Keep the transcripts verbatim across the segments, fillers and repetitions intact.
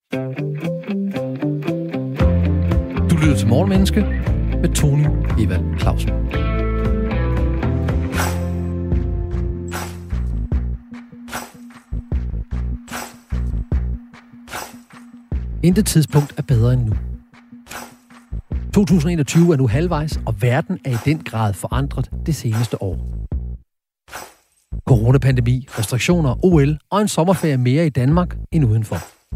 Du lytter til Morgenmenneske med Tony Evald Clausen. Intet tidspunkt er bedre end nu. to tusind og enogtyve er nu halvvejs, og verden er i den grad forandret det seneste år. Coronapandemi, restriktioner, O L og en sommerferie mere i Danmark end udenfor.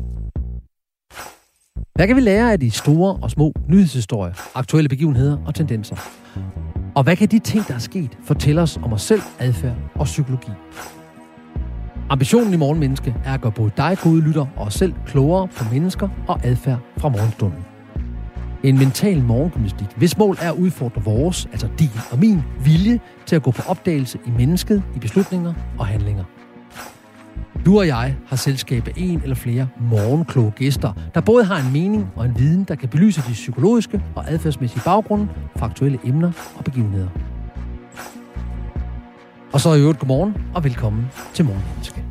Hvad kan vi lære af de store og små nyhedshistorier, aktuelle begivenheder og tendenser? Og hvad kan de ting, der er sket, fortælle os om os selv, adfærd og psykologi? Ambitionen i Morgenmenneske er at gøre både dig, gode lytter, og os selv klogere på mennesker og adfærd fra morgenstunden. En mental morgengymnastik, hvis mål er at udfordre vores, altså din og min, vilje til at gå på opdagelse i mennesket, i beslutninger og handlinger. Du og jeg har selskab af en eller flere morgenkloge gæster, der både har en mening og en viden, der kan belyse de psykologiske og adfærdsmæssige baggrunde for aktuelle emner og begivenheder. Og så i øvrigt godmorgen og velkommen til Morgenmenneske.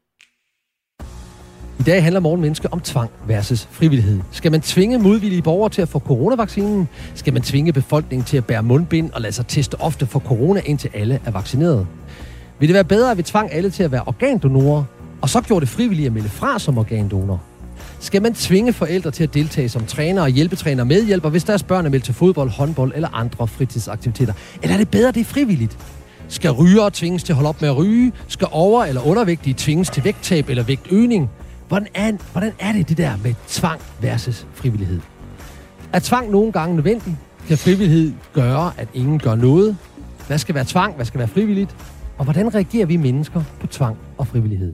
I dag handler Morgenmenneske om tvang versus frivillighed. Skal man tvinge modvillige borgere til at få coronavaccinen? Skal man tvinge befolkningen til at bære mundbind og lade sig teste ofte for corona, indtil alle er vaccineret? Vil det være bedre, at vi tvang alle til at være organdonorer, og så gjorde det frivillige at melde fra som organdonor? Skal man tvinge forældre til at deltage som træner og hjælpetræner og medhjælper, hvis deres børn er meldt til fodbold, håndbold eller andre fritidsaktiviteter? Eller er det bedre, det er frivilligt? Skal rygere tvinges til at holde op med at ryge? Skal over- eller undervægtige tvinges til vægttab eller vægtøgning? Hvordan er, hvordan er det det der med tvang versus frivillighed? Er tvang nogle gange nødvendig? Kan frivillighed gøre, at ingen gør noget? Hvad skal være tvang? Hvad skal være frivilligt? Og hvordan reagerer vi mennesker på tvang og frivillighed?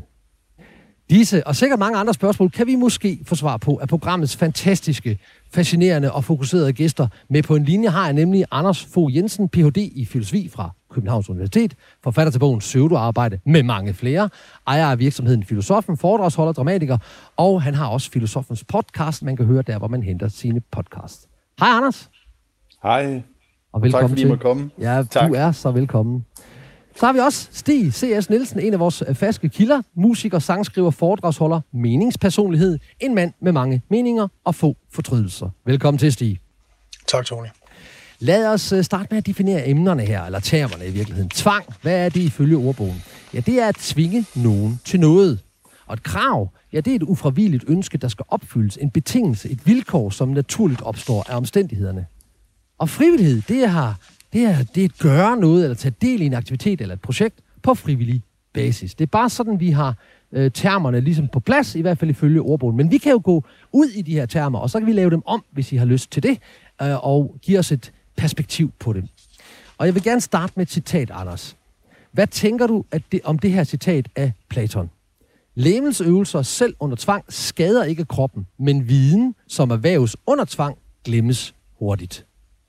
Disse og sikkert mange andre spørgsmål kan vi måske få svar på af programmets fantastiske, fascinerende og fokuserede gæster. Med på en linje har jeg nemlig Anders Fogh Jensen, P H D i filosofi fra Københavns Universitet, forfatter til bogen Pseudoarbejde med mange flere, ejer af virksomheden Filosoffen, foredragsholder, dramatiker, og han har også Filosofens podcast, man kan høre der, hvor man henter sine podcasts. Hej Anders. Hej. Og velkommen tak fordi til. I må komme. Ja, tak. Du er så velkommen. Så har vi også Stig C S. Nielsen, en af vores faste kilder, musiker, sangskriver, foredragsholder, meningspersonlighed, en mand med mange meninger og få fortrydelser. Velkommen til, Stig. Tak, Tony. Lad os starte med at definere emnerne her, eller termerne i virkeligheden. Tvang, hvad er det ifølge ordbogen? Ja, det er at tvinge nogen til noget. Og et krav, ja, det er et ufravigeligt ønske, der skal opfyldes. En betingelse, et vilkår, som naturligt opstår af omstændighederne. Og frivillighed, det er, det er, det er at gøre noget, eller tage del i en aktivitet eller et projekt på frivillig basis. Det er bare sådan, vi har øh, termerne ligesom på plads, i hvert fald ifølge ordbogen. Men vi kan jo gå ud i de her termer, og så kan vi lave dem om, hvis I har lyst til det, øh, og give os et perspektiv på det. Og jeg vil gerne starte med et citat, Anders. Hvad tænker du at det, om det her citat af Platon? Legemsøvelser selv under tvang skader ikke kroppen, men viden, som erhverves under tvang, glemmes hurtigt.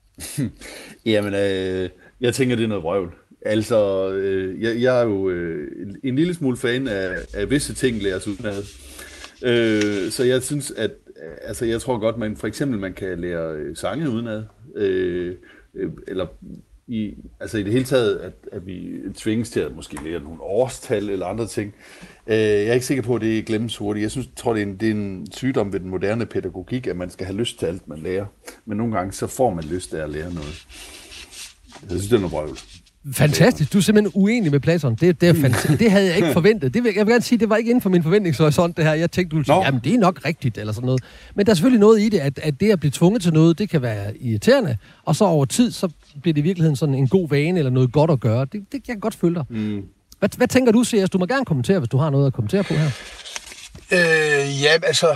Jamen, øh, jeg tænker, det er noget vrøvl. Altså, øh, jeg, jeg er jo øh, en lille smule fan af, af visse ting, læres udenad. Øh, så jeg synes, at altså, jeg tror godt, man for eksempel man kan lære sange udenad. Øh, øh, eller i, altså i det hele taget, at, at vi tvinges til at måske lære nogle årstal eller andre ting. Øh, jeg er ikke sikker på, at det glemmes hurtigt. Jeg synes, tror, det er, en, det er en sygdom ved den moderne pædagogik, at man skal have lyst til alt, man lærer. Men nogle gange, så får man lyst til at lære noget. Jeg synes, det er noget vrøvl. Fantastisk. Du er simpelthen uenig med Platon. Det, det, er fantastisk. Det havde jeg ikke forventet. Det vil, jeg vil gerne sige, det var ikke inden for min forventningshorisont, det her. Jeg tænkte, du ville sige, jamen det er nok rigtigt, eller sådan noget. Men der er selvfølgelig noget i det, at, at det at blive tvunget til noget, det kan være irriterende. Og så over tid, så bliver det i virkeligheden sådan en god vane, eller noget godt at gøre. Det, det kan jeg godt følge dig. Mm. Hvad, hvad tænker du, C S? Du må gerne kommentere, hvis du har noget at kommentere på her. Øh, ja, altså...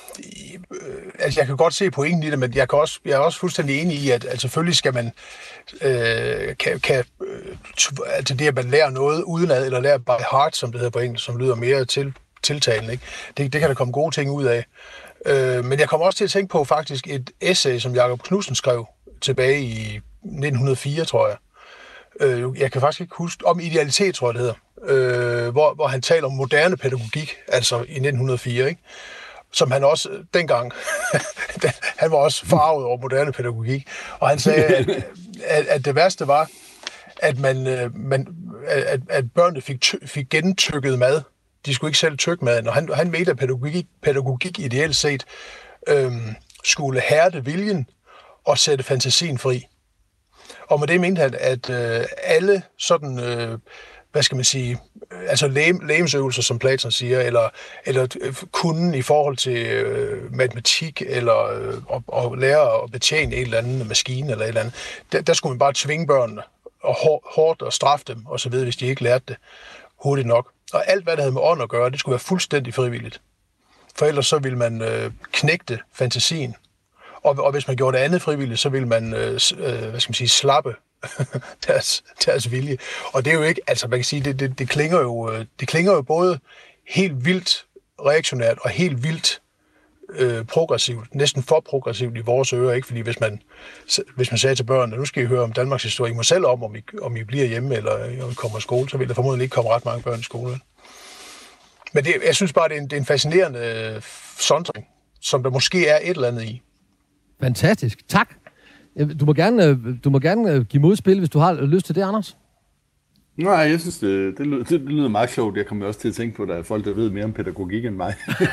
Altså, jeg kan godt se pointen i det, men jeg, kan også, jeg er også fuldstændig enig i, at, at selvfølgelig skal man øh, kan, kan, øh, altså det, at man lærer noget udenad, eller lærer by heart, som det hedder på engelsk, som lyder mere til, tiltalende, ikke? Det, det kan der komme gode ting ud af. Øh, men jeg kommer også til at tænke på faktisk et essay, som Jakob Knudsen skrev tilbage i nitten hundrede og fire, tror jeg. Øh, jeg kan faktisk ikke huske, om idealitet, tror jeg det hedder, øh, hvor, hvor han taler om moderne pædagogik, altså i nitten hundrede og fire, ikke? Som han også dengang, han var også forarvet over moderne pædagogik, og han sagde, at, at, at det værste var, at, man, man, at, at børnene fik, fik gentykket mad de skulle ikke selv tygge maden, og han, han mente, at pædagogik, pædagogik ideelt set øhm, skulle hærde viljen og sætte fantasien fri. Og med det mente han, at øh, alle sådan, øh, hvad skal man sige, altså lægemsøvelser, som Platon siger, eller, eller kunden i forhold til øh, matematik, eller øh, og, og lære at betjene en eller anden maskine, eller et eller andet, der, der skulle man bare tvinge børnene, og hårdt og straffe dem, og så videre, hvis de ikke lærte det hurtigt nok. Og alt, hvad der havde med ånd at gøre, det skulle være fuldstændig frivilligt. For ellers så ville man øh, knægte fantasien. Og, og hvis man gjorde det andet frivilligt, så ville man, øh, hvad skal man sige, slappe deres, deres vilje. Og det er jo ikke, altså man kan sige, det, det, det, klinger jo, det klinger jo både helt vildt reaktionært og helt vildt øh, progressivt, næsten for progressivt i vores ører, ikke? Fordi hvis man, hvis man sagde til børnene, nu skal I høre om Danmarks historie, I må selv om, om I, om I bliver hjemme, eller om I kommer i skole, så vil der formodentlig ikke komme ret mange børn i skole. Men det, jeg synes bare, det er en, det er en fascinerende øh, sondring, som der måske er et eller andet i. Fantastisk. Tak. Du må gerne, du må gerne give modspil, hvis du har lyst til det, Anders. Nej, jeg synes, det, det, lyder, det lyder meget klogt. Jeg kommer også til at tænke på, at der er folk, der ved mere om pædagogik end mig.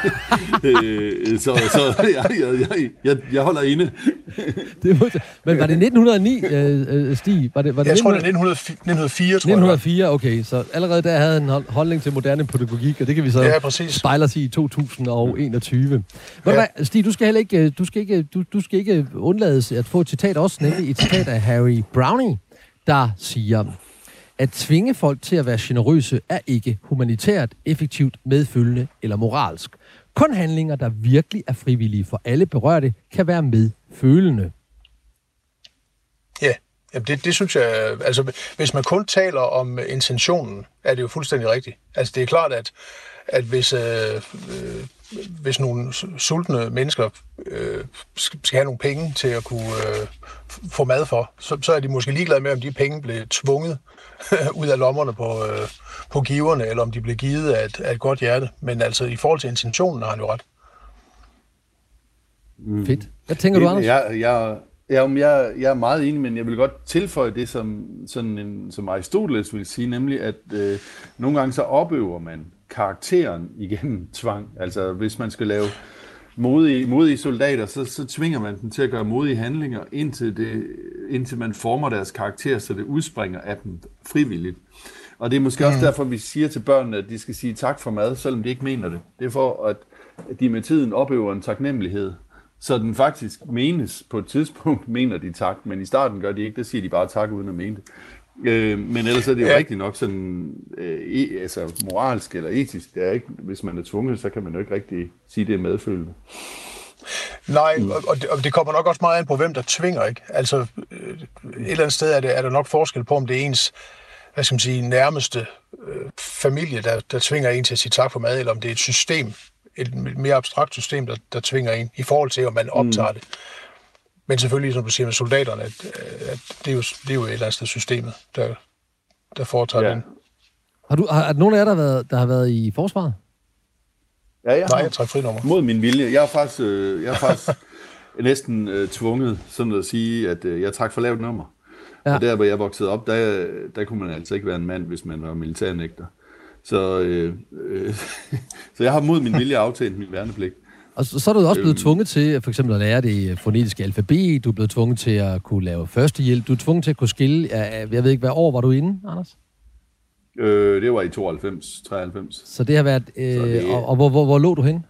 så så jeg, jeg, jeg, jeg, jeg holder inde. det var, men var det nitten hundrede og ni, Stig? Var det, var det jeg tror, det er nitten hundrede og fire, tror nitten hundrede og fire, okay. Så allerede der havde en holdning til moderne pædagogik, og det kan vi så ja, spejle os i i to tusind og enogtyve. Ja. Hvad, Stig, du skal heller ikke, du skal ikke, du, du skal ikke undlades at få et citat også, nemlig et citat af Harry Browning, der siger: at tvinge folk til at være generøse er ikke humanitært, effektivt, medfølende eller moralsk. Kun handlinger, der virkelig er frivillige for alle berørte, kan være medfølende. Ja, det, det synes jeg, altså hvis man kun taler om intentionen, er det jo fuldstændig rigtigt. Altså det er klart, at, at hvis, øh, øh, hvis nogle sultne mennesker øh, skal have nogle penge til at kunne øh, få mad for, så, så er de måske ligeglade med, om de penge blev tvunget ud af lommerne på, øh, på giverne, eller om de blev givet af et, af et godt hjerte. Men altså, i forhold til intentionen har han jo ret. Mm. Fedt. Hvad tænker du, Anders? Jeg, jeg, jeg, jeg, jeg er meget enig, men jeg vil godt tilføje det, som, sådan en, som Aristoteles vil sige, nemlig at øh, nogle gange så opøver man karakteren igennem tvang. Altså, hvis man skal lave modige, modige soldater, så, så tvinger man dem til at gøre modige handlinger, indtil, det, indtil man former deres karakter, så det udspringer af dem frivilligt. Og det er måske mm. også derfor, vi siger til børnene, at de skal sige tak for mad, selvom de ikke mener det. Det er for, at de med tiden opøver en taknemmelighed, så den faktisk menes på et tidspunkt, mener de tak, men i starten gør de ikke, det siger de bare tak uden at mene det. Øh, men ellers er det jo ja. rigtig nok sådan, øh, e, altså moralsk eller etisk, det er ikke, hvis man er tvunget, så kan man jo ikke rigtig sige, det er medfølende. Nej, mm. og, det, og det kommer nok også meget an på, hvem der tvinger, ikke? Altså, øh, et eller andet sted er, det, er der nok forskel på, om det er ens, hvad skal man sige, nærmeste øh, familie, der, der tvinger en til at sige tak for mad, eller om det er et system, et mere abstrakt system, der, der tvinger en, i forhold til, om man optager mm. det. Men selvfølgelig, som du siger med soldaterne, at, at det, er jo, det er jo et eller andet sted systemet, der, der foretager ja. den. Har du har, er der nogen af jer, der har været, der har været i forsvaret? Ja, jeg Nej, jeg trækker frinummer. Mod min vilje. Jeg er faktisk, øh, jeg er faktisk næsten øh, tvunget sådan at sige, at øh, jeg trak for lavt nummer. Ja. Og der, hvor jeg voksede op, der, der kunne man altså ikke være en mand, hvis man var militærnægter. Så, øh, øh, så jeg har mod min vilje aftalt min værnepligt. Og så, så er du også blevet tvunget til for eksempel at lære det fonetiske alfabet, du er blevet tvunget til at kunne lave førstehjælp, du er tvunget til at kunne skille, jeg ved ikke, hvad år var du inde, Anders? Øh, det var i tooghalvfems, treoghalvfems. Så det har været, øh, det... og, og hvor, hvor, hvor lå du henne?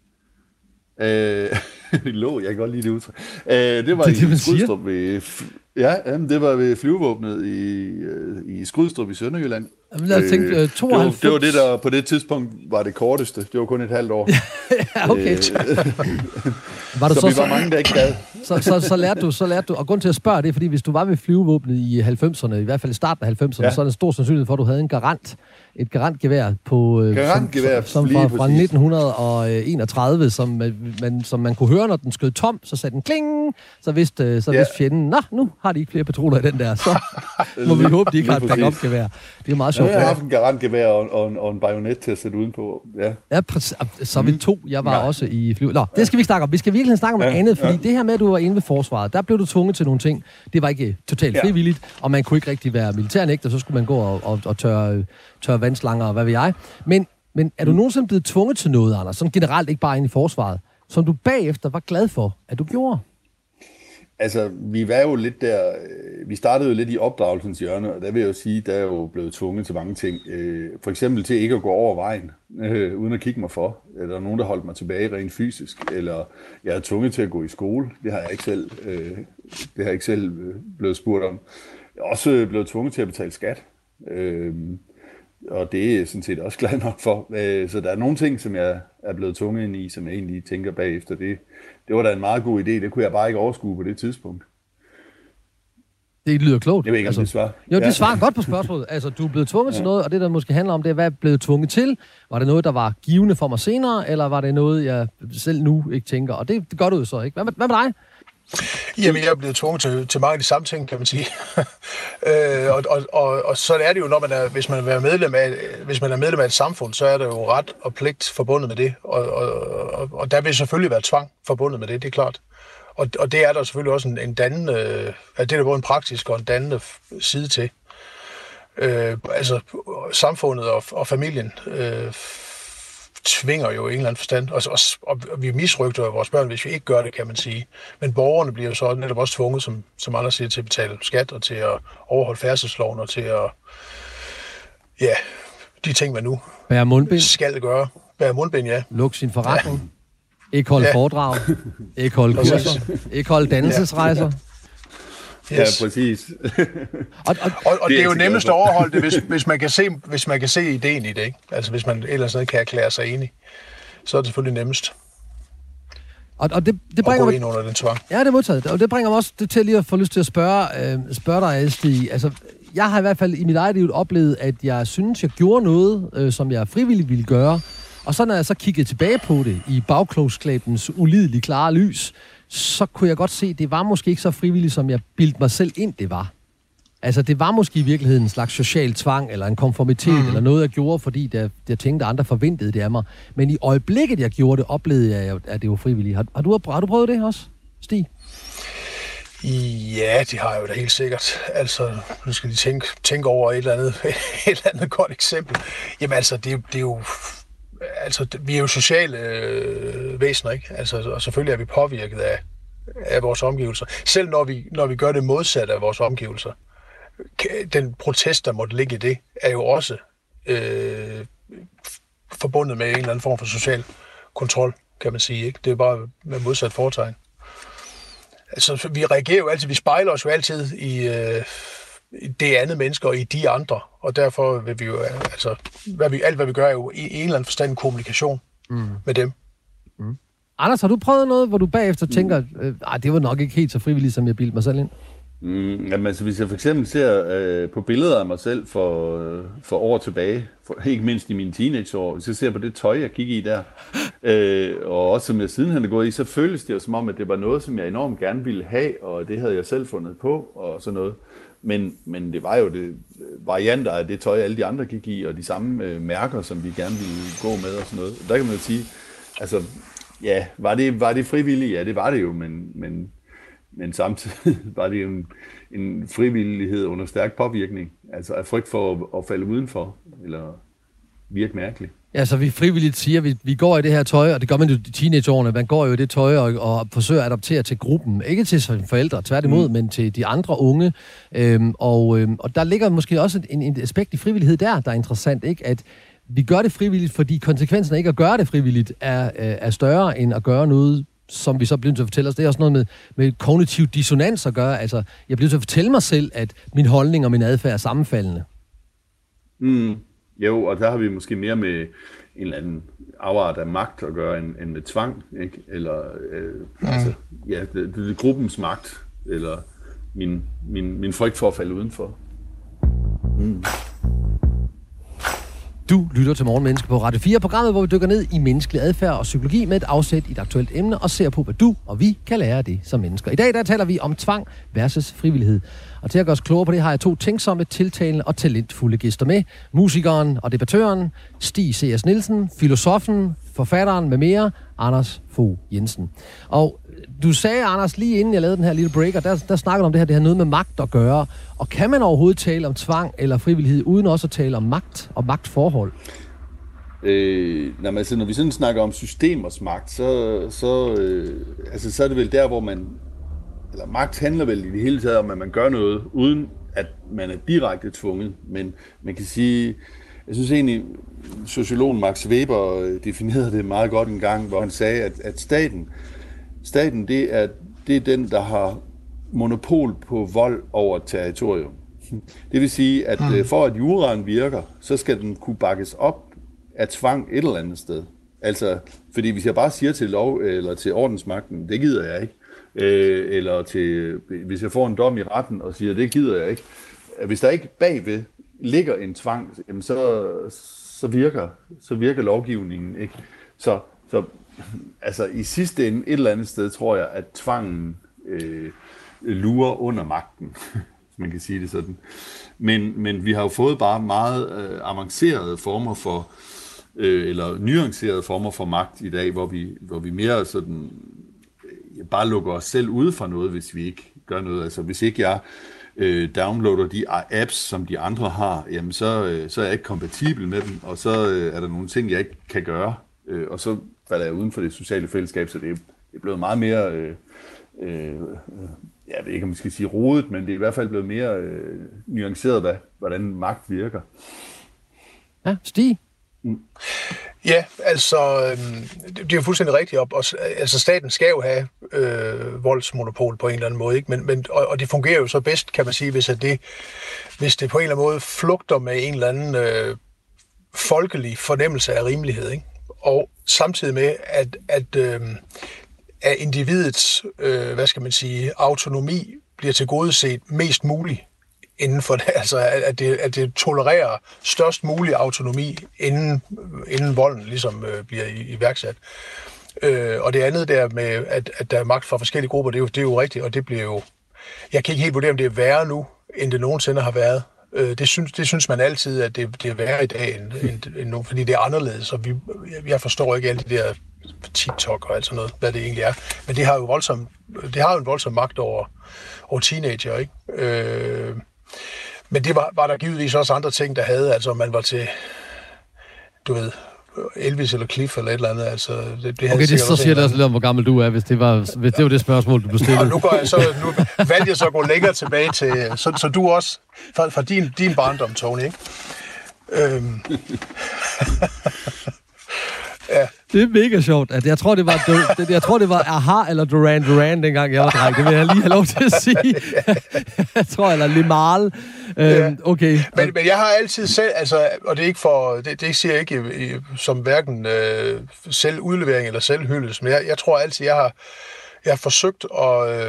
Øh, lå, jeg kan godt lide det udtryk. Øh, det var det, i Skrydstrup ved, ja, det var ved flyvevåbnet i, i Skrydstrup i Sønderjylland. Jamen, jeg tænkte, øh, tooghalvfems... Det var det, der på det tidspunkt var det korteste. Det var kun et halvt år. Ja, okay. var du så, så vi var mange, der ikke gad. så, så, så, lærte du, så lærte du, og grund til at spørge det, fordi hvis du var ved flyvevåbnet i halvfemserne, i hvert fald i starten af halvfemserne, ja. så er der en stor sandsynlighed for, at du havde en garant, et garantgevær på garantgevær, som, som fra, fra nitten enogtredive, som man, som man kunne høre, når den skød tom, så sagde den kling, så vidste, så vidste ja. fjenden, nå, nu har de ikke flere patroner i den der, så må vi håbe, de ikke har et backup-gevær. Det er meget sjovt. Ja, jeg har haft en garantgevær og, og, og en bajonet til at sætte udenpå. Ja, ja så vi to. Jeg var mm. også i fly. Nå, det skal vi ikke snakke om. Vi skal virkelig snakke om ja, andet, fordi ja. det her med, at du var inde ved forsvaret, der blev du tvunget til nogle ting. Det var ikke totalt frivilligt, ja. og man kunne ikke rigtig være militærnægter, så skulle man gå og, og, og tørre, tørre vandslanger og hvad ved jeg. Men Men er du nogensinde blevet tvunget til noget, Anders, sådan generelt ikke bare inde i forsvaret, som du bagefter var glad for, at du gjorde? Altså, vi var jo lidt der, vi startede jo lidt i opdragelsens hjørne, og der vil jeg jo sige, der er jo blevet tvunget til mange ting. For eksempel til ikke at gå over vejen, øh, uden at kigge mig for. Eller nogen, der holdt mig tilbage rent fysisk. Eller jeg er tvunget til at gå i skole. Det har jeg ikke selv, øh, det har jeg ikke selv øh, blevet spurgt om. Jeg er også blevet tvunget til at betale skat. Øh, og det er sådan set også glad nok for. Øh, så der er nogle ting, som jeg er blevet tvunget ind i, som jeg egentlig tænker bagefter. Det, det var da en meget god idé. Det kunne jeg bare ikke overskue på det tidspunkt. Det lyder klogt. Jeg ved ikke, om altså, det svarer. Jo, det svarer godt på spørgsmålet. Altså, du er blevet tvunget ja. til noget, og det, der måske handler om, det er, hvad er blevet tvunget til? Var det noget, der var givende for mig senere, eller var det noget, jeg selv nu ikke tænker? Og det, det gør du jo så ikke. Hvad med, hvad med dig? Jamen, jeg er blevet tvunget til, til mange af de samme ting, kan man sige. øh, og, og, og, og så er det jo, når man er, hvis man er medlem af, hvis man er medlem af et samfund, så er der jo ret og pligt forbundet med det. Og, og, og, og der vil selvfølgelig være tvang forbundet med det, det er klart. Og, og det er der selvfølgelig også en, en dannende, at det er der både en praktisk og en dannende side til. Øh, altså, samfundet og, og familien øh, tvinger jo i en eller anden forstand, og, og, og vi misrygter vores børn, hvis vi ikke gør det, kan man sige. Men borgerne bliver jo så netop også tvunget, som, som andre siger, til at betale skat og til at overholde færdselsloven og til at, ja, de ting, man nu Bære mundbind. skal gøre. Bære mundbind, ja. Luk sin forretning. Ja. Ikke holde ja. foredrag. Ikke holde kurser. Ikke holde dannelsesrejser. Yes. Ja, præcis. og, og, og, og det, det er jo nemmest at overholde det, hvis, hvis, man kan se, hvis man kan se ideen i det, ikke? Altså hvis man ellers ikke kan erklære sig enig, så er det selvfølgelig nemmest. Og, og det, det bringer at gå ind under den tvang. Ja, det er modtaget. Og det bringer mig også til lige at få lyst til at spørge, øh, spørge dig, Stig. Altså, jeg har i hvert fald i mit eget liv oplevet, at jeg synes, jeg gjorde noget, øh, som jeg frivilligt ville gøre. Og så når jeg så kiggede tilbage på det i bagklogskabens ulideligt klare lys, så kunne jeg godt se, at det var måske ikke så frivilligt, som jeg bildte mig selv ind, det var. Altså, det var måske i virkeligheden en slags social tvang, eller en konformitet, mm. eller noget, jeg gjorde, fordi jeg, jeg tænkte, at andre forventede det af mig. Men i øjeblikket, jeg gjorde det, oplevede jeg, at det var frivilligt. Har, har, du, har du prøvet det også, Stig? Ja, det har jeg jo da helt sikkert. Altså, nu skal de tænke, tænke over et eller andet, et eller andet godt eksempel. Jamen altså, det, det er jo... Altså, vi er jo sociale øh, væsener, ikke? Altså, og selvfølgelig er vi påvirket af, af vores omgivelser. Selv når vi, når vi gør det modsatte af vores omgivelser. Den protest, der måtte ligge i det, er jo også øh, forbundet med en eller anden form for social kontrol, kan man sige, ikke? Det er bare med modsat foretegn. Altså, vi reagerer jo altid, vi spejler os jo altid i... Øh, det andet mennesker og i de andre, og derfor vil vi jo, altså, hvad vi, alt hvad vi gør er jo i en eller anden forstand kommunikation mm. med dem. Mm. Anders, har du prøvet noget, hvor du bagefter tænker, øh, det var nok ikke helt så frivilligt, som jeg bildte mig selv ind? Mm, jamen, altså, hvis jeg for eksempel ser øh, på billeder af mig selv for, øh, for år tilbage, for, ikke mindst i mine teenageår, hvis jeg ser på det tøj, jeg gik i der, øh, og også som jeg sidenhen er gået i, så føles det jo som om, at det var noget, som jeg enormt gerne ville have, og det havde jeg selv fundet på, og sådan noget. Men, men det var jo det varianter af det tøj, alle de andre gik i, og de samme øh, mærker, som vi gerne ville gå med og sådan noget. Der kan man jo sige, altså, ja, var det, var det frivilligt? Ja, det var det jo, men, men, men samtidig var det jo en, en frivillighed under stærk påvirkning. Altså af frygt for at, at falde udenfor, eller virke mærkeligt. Ja, så vi frivilligt siger, at vi, vi går i det her tøj, og det gør man jo i teenageårene, man går jo i det tøj og, og forsøger at adoptere til gruppen. Ikke til sine forældre, tværtimod, mm. men til de andre unge. Øhm, og, øhm, og der ligger måske også en, en aspekt i frivillighed der, der er interessant, ikke? At vi gør det frivilligt, fordi konsekvensen af ikke at gøre det frivilligt er, er større end at gøre noget, som vi så bliver nødt til at fortælle os. Det er også noget med, med kognitiv dissonans at gøre. Altså, jeg bliver nødt til at fortælle mig selv, at min holdning og min adfærd er sammenfaldende. Mm. Jo, og der har vi måske mere med en eller anden afart af magt at gøre, end, end med tvang, ikke? Eller, øh, mm. altså, ja, det, det er gruppens magt, eller min, min, min frygt for at falde udenfor. Mm. Du lytter til Morgenmenneske på Radio fire, programmet, hvor vi dykker ned i menneskelig adfærd og psykologi med et afsæt i et aktuelt emne, og ser på, hvad du og vi kan lære af det som mennesker. I dag der taler vi om tvang versus frivillighed. Og til at gøre os klogere på det, har jeg to tænksomme, tiltalende og talentfulde gæster med. Musikeren og debattøren, Stig C S. Nielsen, filosofen, forfatteren med mere, Anders Fogh Jensen. Og du sagde, Anders, lige inden jeg lavede den her lille break, og der, der snakkede om det her, det har noget med magt at gøre. Og kan man overhovedet tale om tvang eller frivillighed, uden også at tale om magt og magtforhold? Øh, når, man, altså, når vi sådan snakker om systemers magt, så, så, øh, altså, så er det vel der, hvor man, eller magt handler vel i det hele taget om, at man gør noget, uden at man er direkte tvunget. Men man kan sige, jeg synes egentlig, sociologen Max Weber definerede det meget godt en gang, hvor han sagde, at, at staten, staten det, er, det er den, der har monopol på vold over et territorium. Det vil sige, at mm. for at juraen virker, så skal den kunne bakkes op af tvang et eller andet sted. Altså, fordi hvis jeg bare siger til lov eller til ordensmagten, det gider jeg ikke, øh, eller til, hvis jeg får en dom i retten og siger, det gider jeg ikke, hvis der ikke bagved ligger en tvang, jamen så, så, virker, så virker lovgivningen ikke. Så, så altså, i sidste ende et eller andet sted, tror jeg, at tvangen øh, lurer under magten, man kan sige det sådan. Men, men vi har jo fået bare meget øh, avancerede former for, øh, eller nuancerede former for magt i dag, hvor vi, hvor vi mere sådan, øh, bare lukker os selv ude fra noget, hvis vi ikke gør noget. Altså hvis ikke jeg øh, downloader de apps, som de andre har, jamen så, øh, så er jeg ikke kompatibel med dem, og så øh, er der nogle ting, jeg ikke kan gøre, øh, og så falder jeg uden for det sociale fællesskab, så det er, det er blevet meget mere... Øh, øh, jeg ved ikke, om man skal sige rodet, men det er i hvert fald blevet mere øh, nuanceret, hvad, hvordan magt virker. Ja, Stig? Mm. Ja, altså, øh, det, det er jo fuldstændig rigtigt op. Og, altså, staten skal jo have øh, voldsmonopol på en eller anden måde, ikke? Men, men, og, og det fungerer jo så bedst, kan man sige, hvis, at det, hvis det på en eller anden måde flugter med en eller anden øh, folkelig fornemmelse af rimelighed, ikke? Og samtidig med, at, at øh, at individets, øh, hvad skal man sige, autonomi bliver tilgodeset mest muligt inden for det, altså at det, at det tolererer størst mulig autonomi, inden, inden volden ligesom øh, bliver iværksat. Øh, og det andet der med, at, at der er magt fra forskellige grupper, det er, jo, det er jo rigtigt, og det bliver jo, jeg kan ikke helt vurdere, om det er værre nu, end det nogensinde har været. Øh, det, synes, det synes man altid, at det, det er værre i dag, end, end, end nu, fordi det er anderledes, og vi, jeg forstår ikke alle de der TikTok og alt sådan noget, hvad det egentlig er. Men det har jo voldsom, det har jo en voldsom magt over, over teenager, ikke? Øh, men det var, var der givetvis også andre ting, der havde, altså om man var til, du ved, Elvis eller Cliff eller et eller andet, altså... Det, det okay, det så siger det også lidt om, hvor gammel du er, hvis det var, hvis det var det spørgsmål, du bestillede. Ja, nu, går jeg så, nu valgte jeg så at gå længere tilbage til, så, så du også, fra, fra din, din barndom, Tony, ikke? Øhm. Ja. Det er mega sjovt. At jeg tror, det var, det, jeg tror, det var Aha eller Duran Duran, dengang jeg var dreng. Det vil jeg lige have lov til at sige. Jeg tror, eller Limahl. Ja. Øhm, okay. Men, men jeg har altid selv, altså, og det er ikke for, det, det siger jeg ikke i, i, som hverken øh, selvudlevering eller selvhyldelse, men jeg, jeg tror altid, jeg har, jeg har forsøgt at, øh,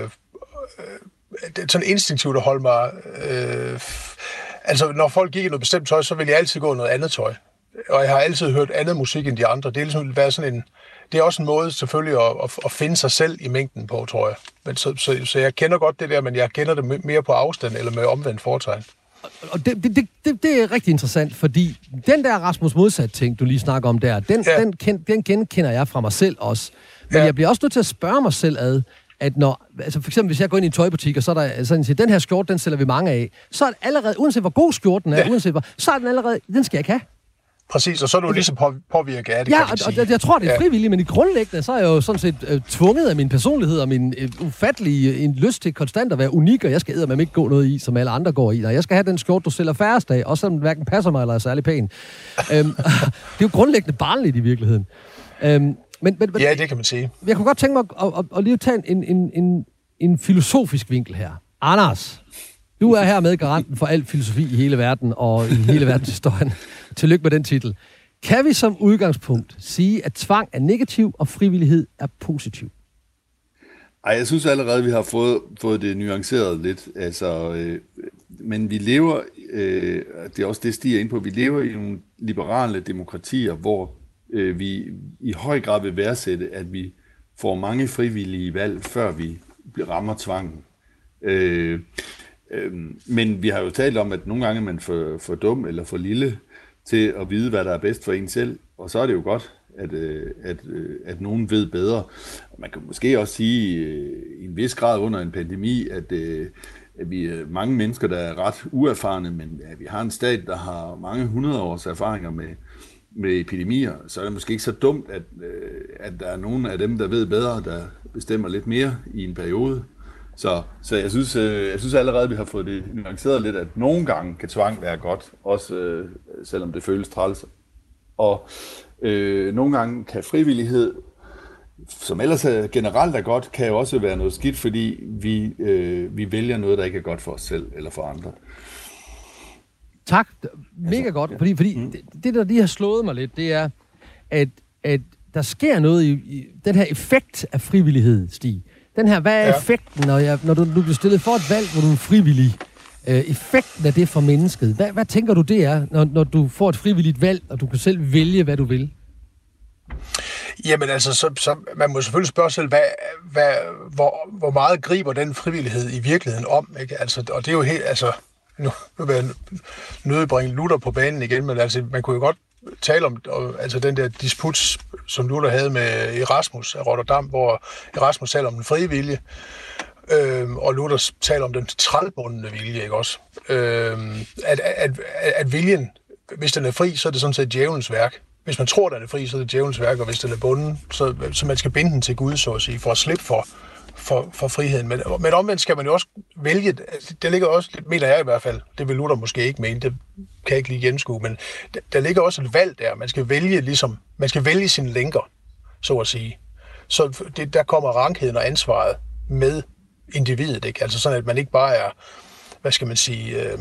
øh, sådan instinktivt at holde mig, øh, altså, når folk gik i noget bestemt tøj, så ville jeg altid gå i noget andet tøj. Og jeg har altid hørt andet musik end de andre. Det er ligesom været sådan en, det er også en måde selvfølgelig at, at, at finde sig selv i mængden på, tror jeg. Men så, så, så jeg kender godt det der, men jeg kender det mere på afstand eller med omvendt fortegn. Og det, det, det, det er rigtig interessant, fordi den der Rasmus Modsat ting, du lige snakker om der, den, ja. den, den genkender jeg fra mig selv også. Men ja. jeg bliver også nødt til at spørge mig selv ad, at når, altså for eksempel hvis jeg går ind i en tøjbutik, og så er der sådan siger, den her skjorte, den sælger vi mange af, så er det allerede, uanset hvor god skjorten er, ja. uanset hvor, så er den allerede, den skal jeg ikke have. Præcis, og så er du ligesom på, påvirket af det, ja, kan man og, sige. og jeg tror, det er frivilligt, men i grundlæggende, så er jeg jo sådan set øh, tvunget af min personlighed og min øh, ufattelige en lyst til konstant at være unik, og jeg skal eddermame ikke gå noget i, som alle andre går i. Og jeg skal have den skjorte, du sælger færrest af, også selvom den hverken passer mig eller er særlig pæn. øhm, det er jo grundlæggende barnligt i virkeligheden. Øhm, men, men, ja, det kan man sige. Jeg kunne godt tænke mig at, at, at lige tage en, en, en, en filosofisk vinkel her. Anders, du er her med garanten for al filosofi i hele verden og i hele verdenshistorien. Tillykke med den titel. Kan vi som udgangspunkt sige, at tvang er negativ, og frivillighed er positiv? Ej, jeg synes allerede, vi har fået, fået det nuanceret lidt. Altså, øh, men vi lever, øh, det er også det, Stig er inde på, vi lever i nogle liberale demokratier, hvor øh, vi i høj grad vil værdsætte, at vi får mange frivillige valg, før vi rammer tvangen. Øh, øh, men vi har jo talt om, at nogle gange er man for, for dum eller for lille til at vide, hvad der er bedst for en selv. Og så er det jo godt, at, at, at nogen ved bedre. Man kan måske også sige i en vis grad under en pandemi, at, at vi er mange mennesker, der er ret uerfarne, men at vi har en stat, der har mange hundrede års erfaringer med, med epidemier, så er det måske ikke så dumt, at, at der er nogen af dem, der ved bedre, der bestemmer lidt mere i en periode. Så, så jeg, synes, jeg synes allerede, at vi har fået det nuanceret lidt, at nogle gange kan tvang være godt, også øh, selvom det føles træls. Og øh, nogle gange kan frivillighed, som ellers er generelt er godt, kan jo også være noget skidt, fordi vi, øh, vi vælger noget, der ikke er godt for os selv eller for andre. Tak. Mega altså, godt. Ja. Fordi, fordi mm. det, det, der lige har slået mig lidt, det er, at, at der sker noget i, i den her effekt af frivillighed, Stig. Den her, hvad er ja. effekten, når, jeg, når du, du bliver stillet for et valg, hvor du er frivillig? Øh, effekten af det for mennesket. Hvad, hvad tænker du, det er, når, når du får et frivilligt valg, og du kan selv vælge, hvad du vil? Jamen altså, så, så man må selvfølgelig spørge selv, hvad, hvad, hvor, hvor meget griber den frivillighed i virkeligheden om? Ikke? Altså, og det er jo helt, altså, nu, nu vil jeg nødbringe Luther på banen igen, men altså, man kunne jo godt tale om og, altså den der disput, som Luther havde med Erasmus af Rotterdam, hvor Erasmus taler om den frie vilje, øh, og Luther taler om den trælbundne vilje, ikke også? Øh, at, at, at, at viljen, hvis den er fri, så er det sådan set djævelens værk. Hvis man tror, den er fri, så er det djævelens værk, og hvis den er bunden, så, så man skal binde den til Gud, så at sige, for at slippe for, for, for friheden. Men, men omvendt skal man jo også vælge, det ligger også, mener jeg i hvert fald, det vil Luther måske ikke mene, det kan jeg ikke lige gennemskue, men der, der ligger også et valg der, man skal vælge ligesom, man skal vælge sine lænker, så at sige. Så det, der kommer rankheden og ansvaret med individet, ikke? Altså sådan, at man ikke bare er, hvad skal man sige, øh,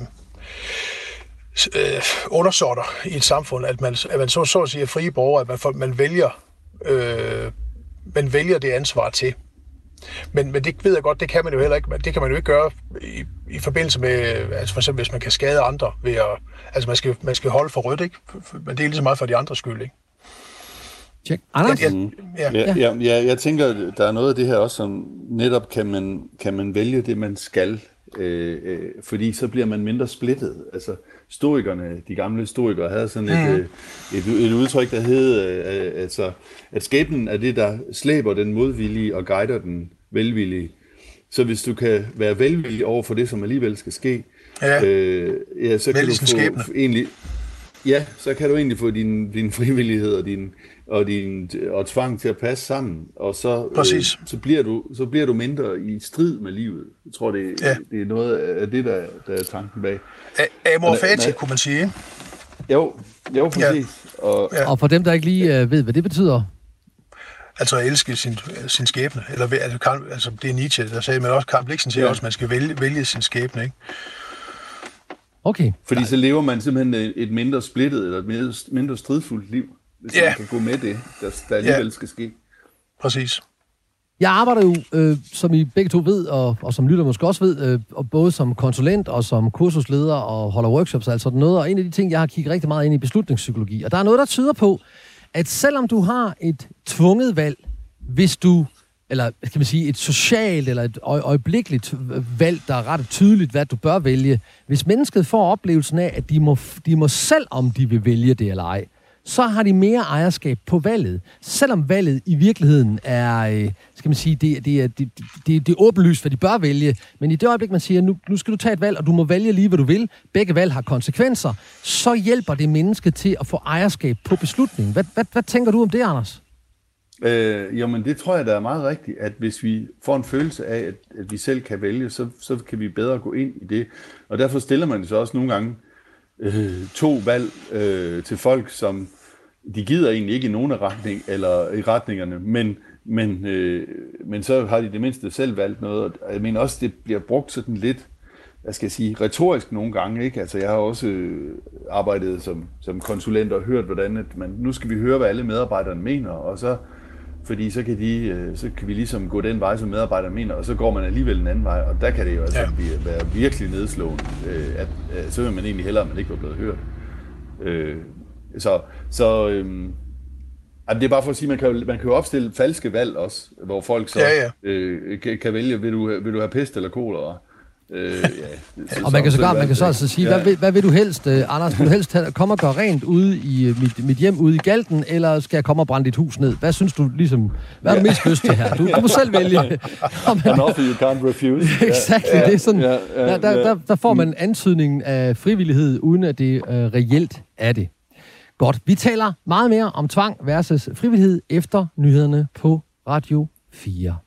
øh, undersåtter i et samfund, at man, at man så, så at sige er frie borgere, at man, man, vælger, øh, man vælger det ansvar til. Men, men det ved jeg godt, det kan man jo heller ikke, det kan man jo ikke gøre i, i forbindelse med, altså for eksempel hvis man kan skade andre ved at, altså man skal, man skal holde for rødt, ikke? Men det er lige så meget for de andres skyld, ikke? Check. Anders? Ja, ja, ja. Ja, ja, jeg tænker, der er noget af det her også, som netop kan man, kan man vælge det, man skal, øh, øh, fordi så bliver man mindre splittet. Altså, stoikerne, de gamle stoikere, havde sådan et, mm. et, et udtryk, der hed, øh, altså, at skæbnen er det, der slæber den modvillige og guider den velvillige. Så hvis du kan være velvillig over for det, som alligevel skal ske, ja. Øh, ja, så kan du få skæbne. egentlig... Ja, så kan du egentlig få din, din frivillighed og din, og din og tvang til at passe sammen, og så, øh, så, bliver du, så bliver du mindre i strid med livet. Jeg tror, det, ja. det er noget af det, der, der er tanken bag. Amor fati, kunne man sige. Jo, jo præcis. Ja. Og, ja. og for dem, der ikke lige øh, ved, hvad det betyder? Altså at elske sin, sin skæbne. Eller, altså, altså, det er Nietzsche, der sagde, men også Karl Blixen siger ja. også, at man skal vælge, vælge sin skæbne, ikke? Okay. Fordi Nej. så lever man simpelthen et mindre splittet, eller et mindre, mindre stridfuldt liv, hvis ja. man kan gå med det, der, der alligevel ja. skal ske. Præcis. Jeg arbejder jo, øh, som I begge to ved, og, og som lytter måske også ved, øh, og både som konsulent og som kursusleder og holder workshops, altså noget. Og en af de ting, jeg har kigget rigtig meget ind i beslutningspsykologi. Og der er noget, der tyder på, at selvom du har et tvunget valg, hvis du, eller skal man sige, et socialt eller et øjeblikkeligt valg, der er ret tydeligt, hvad du bør vælge. Hvis mennesket får oplevelsen af, at de må, de må selv, om de vil vælge det eller ej, så har de mere ejerskab på valget. Selvom valget i virkeligheden er, skal man sige, det, det, er, det, det, det er åbenlyst, hvad de bør vælge. Men i det øjeblik, man siger, nu, nu skal du tage et valg, og du må vælge lige, hvad du vil. Begge valg har konsekvenser. Så hjælper det mennesket til at få ejerskab på beslutningen. Hvad, hvad, hvad tænker du om det, Anders? Øh, jamen det tror jeg, der er meget rigtigt, at hvis vi får en følelse af, at, at vi selv kan vælge, så, så kan vi bedre gå ind i det. Og derfor stiller man så også nogle gange øh, to valg øh, til folk, som de gider egentlig ikke i nogen retning, eller i retningerne, men, men, øh, men så har de det mindste selv valgt noget. Og jeg mener også, det bliver brugt sådan lidt, jeg skal sige, retorisk nogle gange, ikke? Altså jeg har også øh, arbejdet som, som konsulent og hørt, hvordan at man, nu skal vi høre, hvad alle medarbejderne mener, og så fordi så kan, de, så kan vi ligesom gå den vej, som medarbejderne mener, og så går man alligevel en anden vej, og der kan det jo altså ja. blive, være virkelig nedslående, at, at så vil man egentlig hellere, at man ikke var blevet hørt. Øh, så så øh, det er bare for at sige, at man kan, man kan jo opstille falske valg også, hvor folk så ja, ja. Øh, kan, kan vælge, vil du, vil du have pest eller kolera? Øh, ja, og man kan så godt, man kan så altså sige, ja. hvad, vil, hvad vil du helst, uh, Anders? Vil du helst have, komme og gøre rent ude i uh, mit, mit hjem ude i Galten, eller skal jeg komme og brænde dit hus ned? Hvad synes du ligesom, hvad er du mest lyst til her? Du, du må selv vælge. An offer you can't refuse. Exakt, ja, det er sådan, ja, ja, der, der, der, der får man antydningen af frivillighed, uden at det uh, reelt er det. Godt, vi taler meget mere om tvang versus frivillighed efter nyhederne på Radio fire.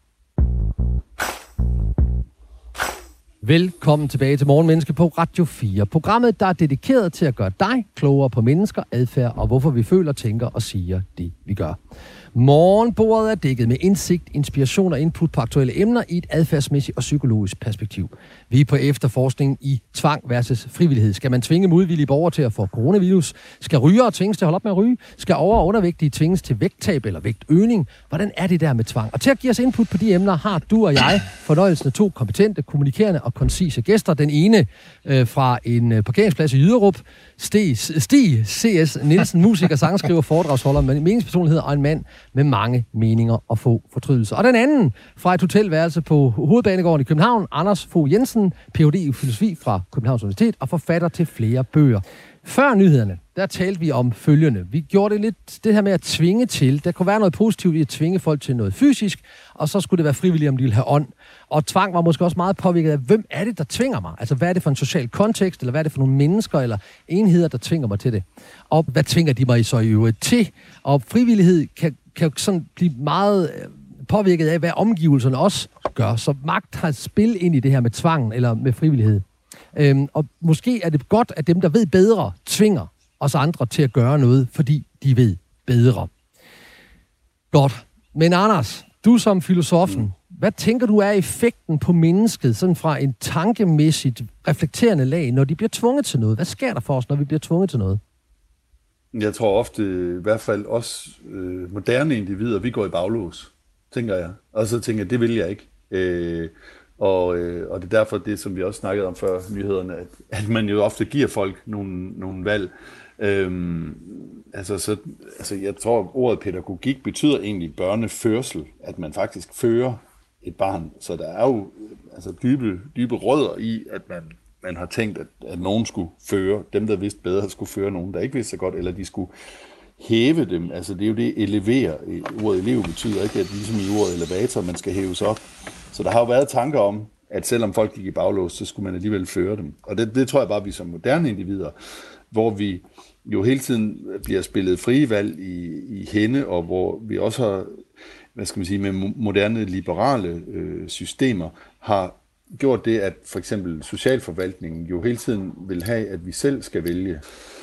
Velkommen tilbage til Morgenmenneske på Radio fire. Programmet, der er dedikeret til at gøre dig klogere på mennesker, adfærd og hvorfor vi føler, tænker og siger det, vi gør. Morgenbordet er dækket med indsigt, inspiration og input på aktuelle emner i et adfærdsmæssigt og psykologisk perspektiv. Vi er på efterforskning i tvang versus frivillighed. Skal man tvinge modvillige borgere til at få coronavirus? Skal rygere tvinges til at holde op med at ryge? Skal over- og undervægtige tvinges til vægttab eller vægtøgning? Hvordan er det der med tvang? Og til at give os input på de emner har du og jeg fornøjelsen af to kompetente, kommunikerende og koncise gæster. Den ene øh, fra en øh, parkeringsplads i Jyderup, Stig, Stig C S Nielsen, musiker, sangskriver, foredragsholder, meningspersonlighed og en mand med mange meninger og få fortrydelser. Og den anden fra et hotelværelse på Hovedbanegården i København, Anders Fogh Jensen, P H D i filosofi fra Københavns Universitet og forfatter til flere bøger. Før nyhederne, der talte vi om følgende. Vi gjorde det lidt det her med at tvinge til. Der kunne være noget positivt i at tvinge folk til noget fysisk, og så skulle det være frivilligt, om de ville have ånd. Og tvang var måske også meget påvirket af, hvem er det, der tvinger mig? Altså, hvad er det for en social kontekst, eller hvad er det for nogle mennesker eller enheder, der tvinger mig til det? Og hvad tvinger de mig så i øvrigt til? Og frivillighed kan, kan sådan blive meget påvirket af, hvad omgivelserne også gør. Så magt har et spil ind i det her med tvang eller med frivillighed. Øhm, og måske er det godt, at dem, der ved bedre, tvinger os andre til at gøre noget, fordi de ved bedre. Godt. Men Anders, du som filosofen, mm. hvad tænker du er effekten på mennesket, sådan fra en tankemæssigt reflekterende lag, når de bliver tvunget til noget? Hvad sker der for os, når vi bliver tvunget til noget? Jeg tror ofte, i hvert fald os øh, moderne individer, vi går i baglås, tænker jeg. Og så tænker jeg, det vil jeg ikke. Øh, Og, øh, og det er derfor det, som vi også snakkede om før nyhederne, at, at man jo ofte giver folk nogle, nogle valg. Øhm, altså, så, altså, jeg tror, ordet pædagogik betyder egentlig børneførsel, at man faktisk fører et barn. Så der er jo altså, dybe, dybe rødder i, at man, man har tænkt, at, at nogen skulle føre, dem der vidste bedre skulle føre nogen, der ikke vidste så godt, eller de skulle hæve dem. Altså det er jo det, elevere. Ordet elev betyder ikke, at ligesom i ordet elevator, man skal hæves op. Så der har jo været tanker om, at selvom folk gik i baglås, så skulle man alligevel føre dem. Og det, det tror jeg bare, vi som moderne individer, hvor vi jo hele tiden bliver spillet frie valg i, i hende, og hvor vi også har, hvad skal man sige, med moderne liberale øh, systemer, har gjort det, at for eksempel socialforvaltningen jo hele tiden vil have, at vi selv skal vælge.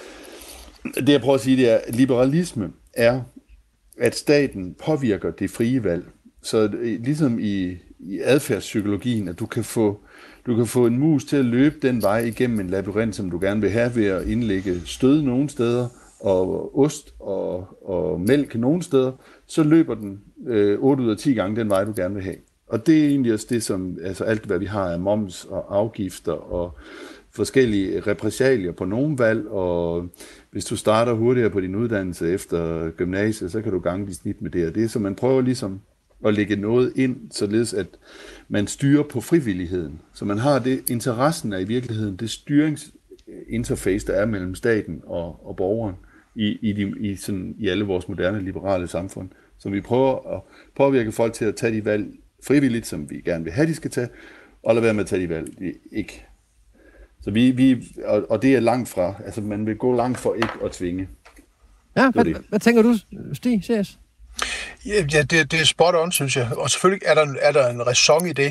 Det jeg prøver at sige, det er, at liberalisme er, at staten påvirker det frie valg. Så ligesom i, i adfærdspsykologien, at du kan, få, du kan få en mus til at løbe den vej igennem en labyrint, som du gerne vil have ved at indlægge stød nogle steder, og ost og, og mælk nogle steder, så løber den øh, otte ud af ti gange den vej, du gerne vil have. Og det er egentlig også det, som altså alt, hvad vi har af moms og afgifter og forskellige repressalier på nogle valg, og hvis du starter hurtigere på din uddannelse efter gymnasiet, så kan du gange dit snit med det og det. Så man prøver ligesom at lægge noget ind, således at man styrer på frivilligheden. Så man har det, interessen er i virkeligheden det styringsinterface, der er mellem staten og, og borgeren i, i, de, i, sådan, i alle vores moderne liberale samfund. Så vi prøver at påvirke folk til at tage de valg frivilligt, som vi gerne vil have, de skal tage, og lade være med at tage de valg, de ikke. Så vi, vi og, og det er langt fra, altså man vil gå langt for ikke at tvinge. Ja, hvad, hvad tænker du, Stig C S? Ja, det, det er spot on, synes jeg. Og selvfølgelig er der, er der en ræson i det.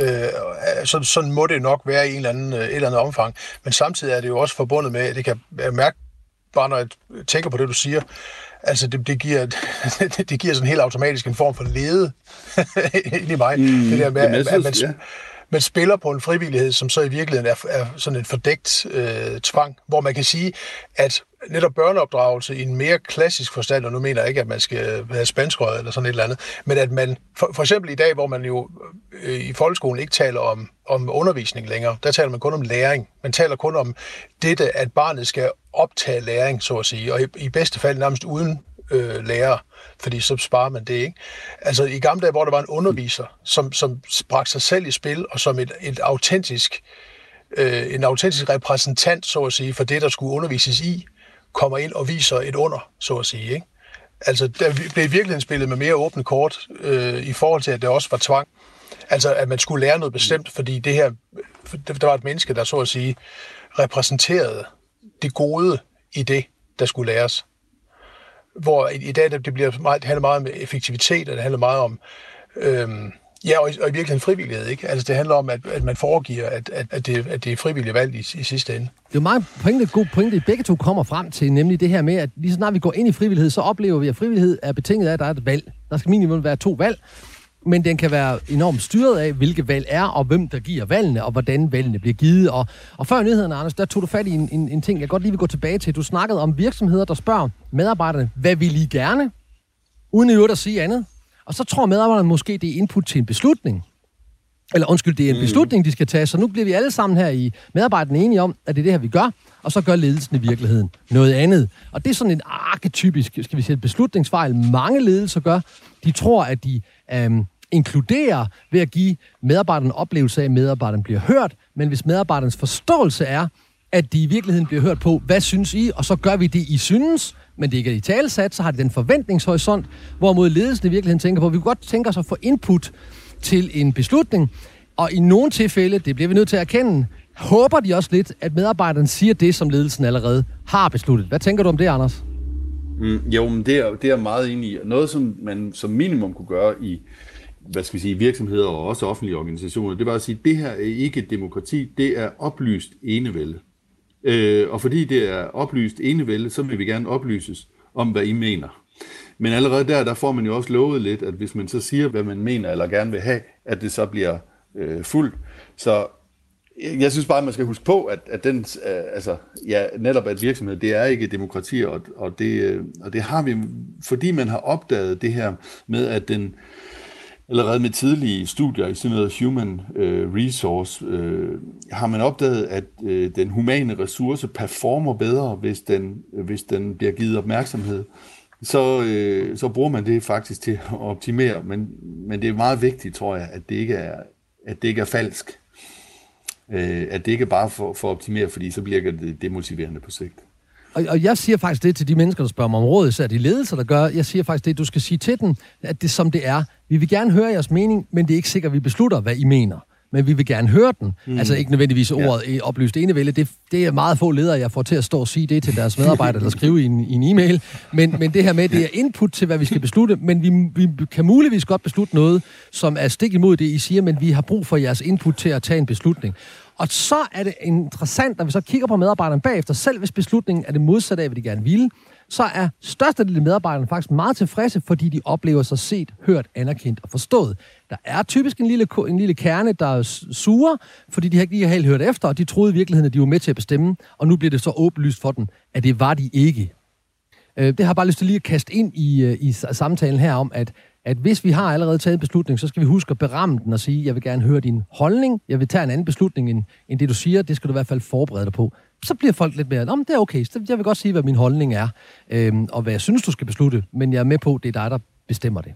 Øh, så, sådan må det nok være i en eller anden, et eller andet omfang. Men samtidig er det jo også forbundet med, det kan jeg mærke, bare når jeg tænker på det, du siger, altså det, det, giver, det giver sådan helt automatisk en form for lede ind i mig. Mm, det der med, det at, at man, ja. man spiller på en frivillighed, som så i virkeligheden er, er sådan en fordækt øh, tvang, hvor man kan sige, at netop børneopdragelse i en mere klassisk forstand, og nu mener jeg ikke, at man skal have spanskrød eller sådan et eller andet, men at man, for, for eksempel i dag, hvor man jo øh, i folkeskolen ikke taler om, om undervisning længere, der taler man kun om læring. Man taler kun om dette, at barnet skal optage læring, så at sige, og i, i bedste fald nærmest uden øh, lærer, fordi så sparer man det, ikke? Altså i gamle dage, hvor der var en underviser, som, som bragte sig selv i spil, og som et, et autentisk, øh, en autentisk repræsentant, så at sige, for det, der skulle undervises i, kommer ind og viser et under, så at sige, ikke? Altså, der blev i virkeligheden spillet med mere åbne kort øh, i forhold til, at det også var tvang. Altså, at man skulle lære noget bestemt, fordi det her, der var et menneske, der så at sige repræsenterede det gode i det, der skulle læres. hvor i, i dag det, bliver meget, det handler meget om effektivitet, og det handler meget om... Øh, Ja, og i, og i virkeligheden frivillighed, ikke? Altså, det handler om, at, at man foregiver, at, at, at, det, at det er frivilligt valg i, i sidste ende. Det er jo meget pointe, god pointe, I begge to kommer frem til, nemlig det her med, at lige så snart vi går ind i frivillighed, så oplever vi, at frivillighed er betinget af, at der er et valg. Der skal minimum være to valg, men den kan være enormt styret af, hvilke valg er, og hvem der giver valgene, og hvordan valgene bliver givet. Og, og før nyhederne, Anders, der tog du fat i en, en, en ting, jeg godt lige vil gå tilbage til. Du snakkede om virksomheder, der spørger medarbejderne, hvad vil I gerne, uden i øvrigt at sige andet. Og så tror medarbejderne måske, det er input til en beslutning. Eller undskyld, det er en beslutning, de skal tage. Så nu bliver vi alle sammen her i medarbejderne enige om, at det er det her, vi gør. Og så gør ledelsen i virkeligheden noget andet. Og det er sådan en arketypisk, skal vi sige, beslutningsfejl, mange ledelser gør. De tror, at de øhm, inkluderer ved at give medarbejderne en oplevelse af, at medarbejderne bliver hørt. Men hvis medarbejdernes forståelse er, at de i virkeligheden bliver hørt på, hvad synes I? Og så gør vi det, I synes, men det ikke er i talesat, så har de den forventningshorisont, hvorimod ledelsen i virkeligheden tænker på, at vi kunne godt tænke os at få input til en beslutning, og i nogle tilfælde, det bliver vi nødt til at erkende, håber de også lidt, at medarbejderen siger det, som ledelsen allerede har besluttet. Hvad tænker du om det, Anders? Mm, jo, men det er, det er jeg meget enig i. Noget, som man som minimum kunne gøre i, hvad skal vi sige, virksomheder og også offentlige organisationer, det var at sige, at det her er ikke demokrati, det er oplyst enevælde. Øh, og fordi det er oplyst enevælde, så vil vi gerne oplyses om, hvad I mener. Men allerede der, der får man jo også lovet lidt, at hvis man så siger, hvad man mener eller gerne vil have, at det så bliver øh, fuldt. Så jeg synes bare, at man skal huske på, at, at den, øh, altså, ja, netop at virksomhed, det er ikke demokrati, og, og, det, og det har vi, fordi man har opdaget det her med, at den allerede med tidlige studier i sådan noget human øh, resource, øh, har man opdaget, at øh, den humane ressource performer bedre, hvis den, hvis den bliver givet opmærksomhed. Så, øh, så bruger man det faktisk til at optimere, men, men det er meget vigtigt, tror jeg, at det ikke er, at det ikke er falsk. Øh, at det ikke er bare for, for at optimere, fordi så bliver det demotiverende på sigt. Og, og jeg siger faktisk det til de mennesker, der spørger mig om rådet, så er de ledelser, der gør. Jeg siger faktisk det, du skal sige til dem, at det som det er. Vi vil gerne høre jeres mening, men det er ikke sikkert, at vi beslutter, hvad I mener. Men vi vil gerne høre den. Mm. Altså ikke nødvendigvis ordet ja. oplyst enevælde. Det, det er meget få ledere, jeg får til at stå og sige det til deres medarbejdere, eller skrive i en, i en e-mail. Men, men det her med, det er input til, hvad vi skal beslutte. Men vi, vi kan muligvis godt beslutte noget, som er stik imod det, I siger, men vi har brug for jeres input til at tage en beslutning. Og så er det interessant, når vi så kigger på medarbejderne bagefter, selv hvis beslutningen er det modsatte af, hvad de gerne vil, så er størstedelen af medarbejderne faktisk meget tilfredse, fordi de oplever sig set, hørt, anerkendt og forstået. Der er typisk en lille, en lille kerne, der er sure, fordi de har ikke lige helt hørt efter, og de troede i virkeligheden, at de var med til at bestemme, og nu bliver det så åbenlyst for dem, at det var de ikke. Det har jeg bare lyst til lige at kaste ind i, i samtalen her om, at at hvis vi har allerede taget en beslutning, så skal vi huske at beramme den og sige, jeg vil gerne høre din holdning, jeg vil tage en anden beslutning end, end det, du siger, det skal du i hvert fald forberede dig på. Så bliver folk lidt mere, om det er okay, jeg vil godt sige, hvad min holdning er, øhm, og hvad jeg synes, du skal beslutte, men jeg er med på, det er dig, der bestemmer det.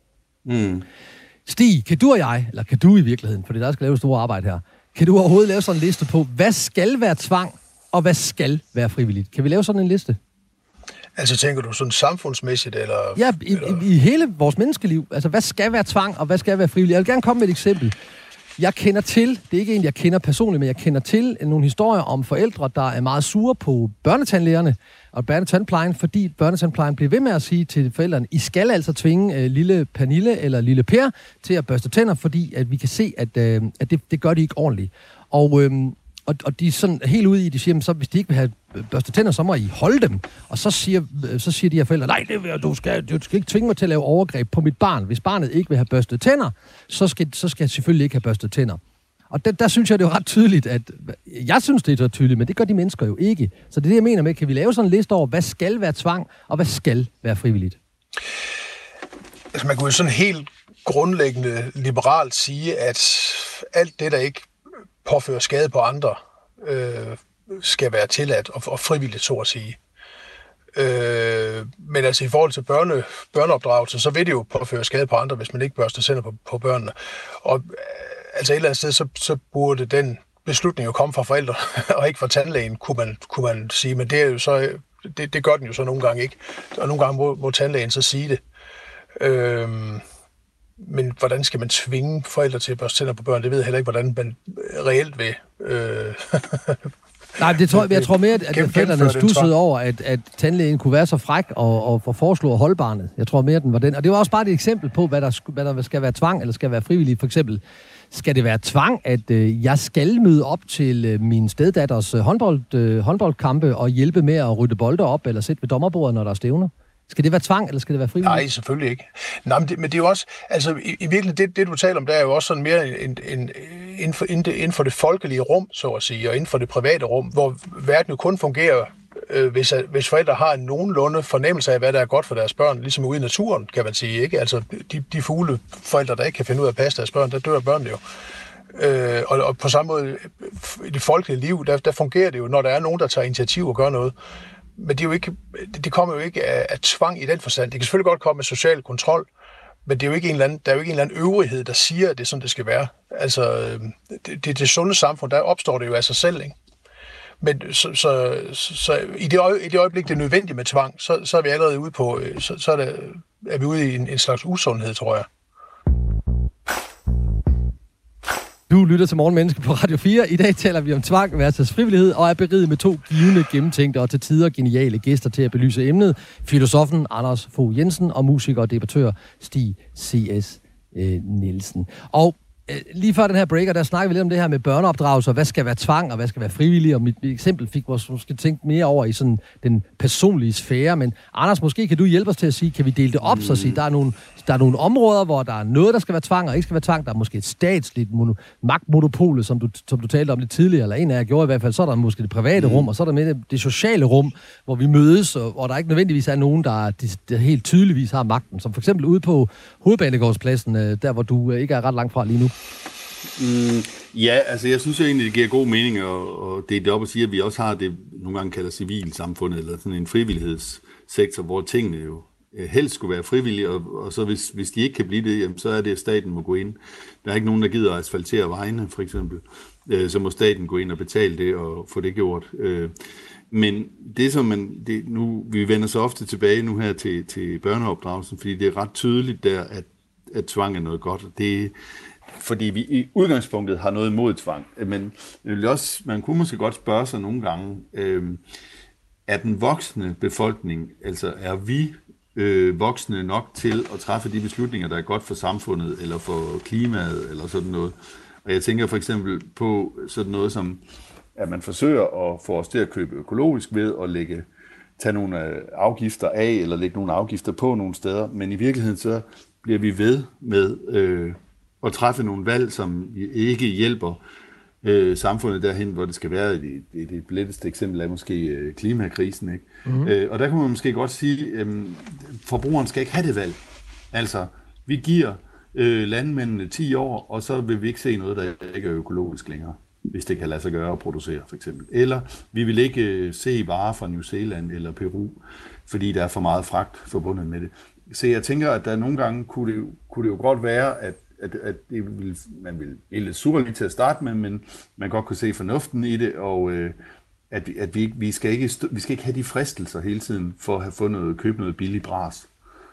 Mm. Stig, kan du og jeg, eller kan du i virkeligheden, for det er der, der skal lave store arbejde her, kan du overhovedet lave sådan en liste på, hvad skal være tvang, og hvad skal være frivilligt? Kan vi lave sådan en liste? Altså tænker du sådan samfundsmæssigt, eller... Ja, i, eller? i, i hele vores menneskeliv. Altså, hvad skal være tvang, og hvad skal være frivilligt? Jeg vil gerne komme med et eksempel. Jeg kender til, det er ikke en, jeg kender personligt, men jeg kender til nogle historier om forældre, der er meget sure på børnetandlægerne og børnetandplejen, fordi børnetandplejen bliver ved med at sige til forældrene, I skal altså tvinge øh, lille Pernille eller lille Per til at børste tænder, fordi at vi kan se, at, øh, at det, det gør de ikke ordentligt. Og... Øh, Og, og de er sådan helt ude i, de siger, så hvis de ikke vil have børste tænder, så må I holde dem. Og så siger, så siger de her forældre, nej, det vil, du, skal, du skal ikke tvinge mig til at lave overgreb på mit barn. Hvis barnet ikke vil have børstet tænder, så skal, så skal jeg selvfølgelig ikke have børstet tænder. Og der, der synes jeg, det er ret tydeligt, at jeg synes, det er så tydeligt, men det gør de mennesker jo ikke. Så det er det, jeg mener med, kan vi lave sådan en liste over, hvad skal være tvang, og hvad skal være frivilligt? Altså man kunne jo sådan helt grundlæggende liberalt sige, at alt det, der ikke påfører skade på andre, øh, skal være tilladt og, og frivilligt, så at sige. Øh, men altså i forhold til børne, børneopdragelse, så vil det jo påføre skade på andre, hvis man ikke børster tænder på, på børnene. Og øh, altså et eller andet sted, så, så burde den beslutning jo komme fra forældre, og ikke fra tandlægen, kunne man, kunne man sige. Men det er jo så, det, det gør den jo så nogle gange ikke. Og nogle gange må, må tandlægen så sige det. Øh, Men hvordan skal man tvinge forældre til at børste tænder på børn? Det ved jeg heller ikke, hvordan man reelt vil, øh, Nej, det tror, jeg, jeg tror mere, at, at forældrene stussede over, at, at tandlægen kunne være så fræk og, og, og foreslå at holde barnet. Jeg tror mere, den var den. Og det var også bare et eksempel på, hvad der, hvad der skal være tvang, eller skal være frivilligt. For eksempel, skal det være tvang, at øh, jeg skal møde op til øh, min steddatters øh, håndbold, øh, håndboldkampe og hjælpe med at rydde bolde op, eller sætte ved dommerbordet, når der er stævner? Skal det være tvang, eller skal det være frivilligt? Nej, selvfølgelig ikke. Nej, men, det, men det er jo også, altså i, i virkeligheden, det, det du taler om, der er jo også sådan mere en, en, inden, for, inden for det folkelige rum, så at sige, og inden for det private rum, hvor verden jo kun fungerer, øh, hvis, hvis forældre har en nogenlunde fornemmelse af, hvad der er godt for deres børn, ligesom ude i naturen, kan man sige, ikke? Altså de, de fugle forældre, der ikke kan finde ud af at passe deres børn, der dør børnene jo. Øh, og, og på samme måde, i det folkelige liv, der, der fungerer det jo, når der er nogen, der tager initiativ og gør noget. Men det, er jo ikke, det kommer jo ikke af, af tvang i den forstand. Det kan selvfølgelig godt komme med social kontrol, men det er jo ikke en eller anden, der er jo ikke en eller anden øvrighed, der siger, at det er sådan, det skal være. Altså, det, det, det sunde samfund, der opstår det jo af sig selv, ikke? Men så, så, så i, det øje, i det øjeblik, det er nødvendigt med tvang, så, så er vi allerede ude på, så, så er, det, er vi ude i en, en slags usundhed, tror jeg. Du lytter til Morgenmenneske på Radio fire. I dag taler vi om tvang versus frivillighed, og er beriget med to givende, gennemtænkte og til tider geniale gæster til at belyse emnet. Filosofen Anders Fogh Jensen og musiker og debattør Stig C S Nielsen. Og lige før den her breaker, der snakker vi lidt om det her med børneopdragelse, og hvad skal være tvang, og hvad skal være frivillig, og mit eksempel fik vores måske tænkt mere over i sådan den personlige sfære, men Anders, måske kan du hjælpe os til at sige, kan vi dele det op, mm. så at sige, der er, nogle, der er nogle områder, hvor der er noget, der skal være tvang, og ikke skal være tvang, der er måske et statsligt mono, magtmonopol, som du, som du talte om lidt tidligere, eller en af jer gjorde i hvert fald, så er der måske det private mm. rum, og så er der med det, det sociale rum, hvor vi mødes, og hvor der ikke nødvendigvis er nogen, der, der helt tydeligvis har magten, som for eksempel ude på Hovedbanegårdspladsen, der hvor du ikke er ret langt fra lige nu. Mm, ja, altså jeg synes jo egentlig, det giver god mening at, at dele det op og sige, at vi også har det, nogle gange kalder civilsamfundet, eller sådan en frivillighedssektor, hvor tingene jo helst skulle være frivillige, og, og så hvis, hvis de ikke kan blive det, jamen, så er det, at staten må gå ind. Der er ikke nogen, der gider at asfaltere vejene, for eksempel. Øh, så må staten gå ind og betale det og få det gjort. Øh, men det som man, det, nu, vi vender så ofte tilbage nu her til, til børneopdragelsen, fordi det er ret tydeligt der, at, at tvang er noget godt. Det fordi vi i udgangspunktet har noget imod tvang. Men også, man kunne måske godt spørge sig nogle gange, øh, er den voksne befolkning, altså er vi øh, voksne nok til at træffe de beslutninger, der er godt for samfundet, eller for klimaet, eller sådan noget. Og jeg tænker for eksempel på sådan noget som, at man forsøger at få os til at købe økologisk ved at lægge, tage nogle afgifter af, eller lægge nogle afgifter på nogle steder, men i virkeligheden så bliver vi ved med øh, at træffe nogle valg, som ikke hjælper øh, samfundet derhen, hvor det skal være. Det, det, det letteste eksempel er måske øh, klimakrisen, ikke? Mm-hmm. Øh, og der kunne man måske godt sige, at øh, forbrugeren skal ikke have det valg. Altså, vi giver øh, landmændene ti år, og så vil vi ikke se noget, der ikke er økologisk længere, hvis det kan lade sig gøre at producere, for eksempel. Eller vi vil ikke øh, se varer fra New Zealand eller Peru, fordi der er for meget fragt forbundet med det. Så jeg tænker, at der nogle gange kunne det, kunne det jo godt være, at at, at det vil, man vil blive lidt sur lige til at starte med, men man godt kunne se fornuften i det, og øh, at, vi, at vi, vi, skal ikke, vi skal ikke have de fristelser hele tiden for at have fundet noget, købe noget billig bras.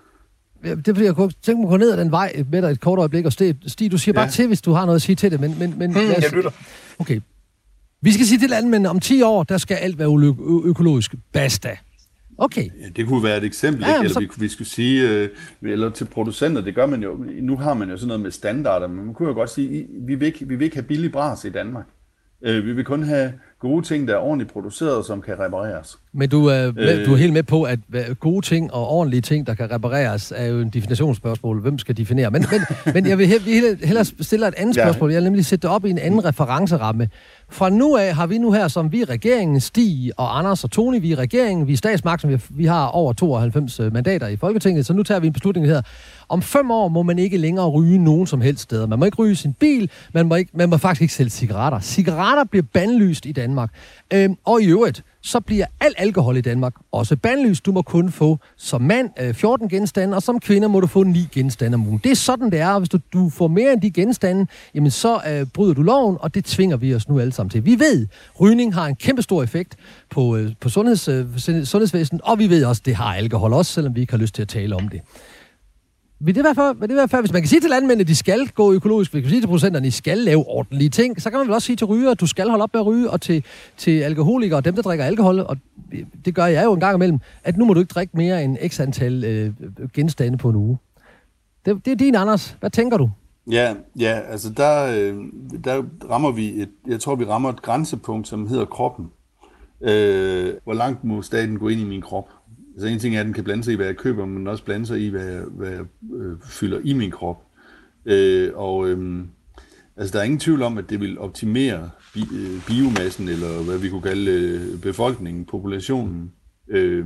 Ja, det er fordi, jeg kunne tænke mig at gå ned ad den vej med dig et kort øjeblik, og Stig, Stig du siger ja. bare til, hvis du har noget at sige til det, men... men, men hmm, jeg lytter. Okay. Vi skal sige til landmændene, om ti år, der skal alt være ø- økologisk. Basta. Okay. Ja, det kunne være et eksempel, ja, eller så... vi, vi skulle sige, øh, eller til producenter, det gør man jo, nu har man jo sådan noget med standarder, men man kunne jo godt sige, vi vil ikke, vi vil ikke have billig bras i Danmark. Øh, vi vil kun have gode ting, der er ordentligt produceret, som kan repareres. Men du er, øh, du er helt med på, at gode ting og ordentlige ting, der kan repareres, er jo en definitionsspørgsmål. Hvem skal definere? Men, men, men jeg vil hellere stille et andet spørgsmål. Jeg vil nemlig sætte det op i en anden referenceramme. Fra nu af har vi nu her, som vi er regeringen, Stig og Anders og Tony, vi er regeringen, vi er statsmagt, som vi, vi har over tooghalvfems mandater i Folketinget, så nu tager vi en beslutning her. Om fem år må man ikke længere ryge nogen som helst steder. Man må ikke ryge sin bil, man må, ikke, man må faktisk ikke sælge cigaretter. Cigaretter bliver bandlyst i Danmark. Øhm, og i øvrigt, så bliver al alkohol i Danmark også bandlyst. Du må kun få som mand øh, fjorten genstande, og som kvinde må du få ni genstande om ugen. Det er sådan, det er, og hvis du, du får mere end de genstande, jamen så øh, bryder du loven, og det tvinger vi os nu alle sammen til. Vi ved, rygning har en kæmpe stor effekt på, øh, på sundheds, øh, sundhedsvæsenet, og vi ved også, det har alkohol også, selvom vi ikke har lyst til at tale om det. Vil det være for, vil det være for, hvis man kan sige til landmændene, at de skal gå økologisk, hvis man kan sige til producenterne, at de skal lave ordentlige ting, så kan man vel også sige til rygere, at du skal holde op med at ryge, og til, til alkoholikere og dem, der drikker alkohol, og det gør jeg jo en gang imellem, at nu må du ikke drikke mere end x antal øh, genstande på en uge. Det, det er din, Anders. Hvad tænker du? Ja, ja, altså der, øh, der rammer vi et, jeg tror vi rammer et grænsepunkt, som hedder kroppen. Øh, hvor langt må staten gå ind i min krop? Altså en ting er, at den kan blande sig i, hvad jeg køber, men også blande sig i, hvad jeg, hvad jeg øh, fylder i min krop. Øh, og øh, altså der er ingen tvivl om, at det vil optimere bi, øh, biomassen, eller hvad vi kunne kalde øh, befolkningen, populationen. Øh,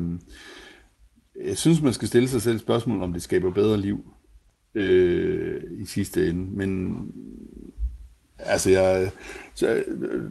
jeg synes, man skal stille sig selv spørgsmål, om det skaber bedre liv. Øh, i sidste ende, men altså jeg så, øh,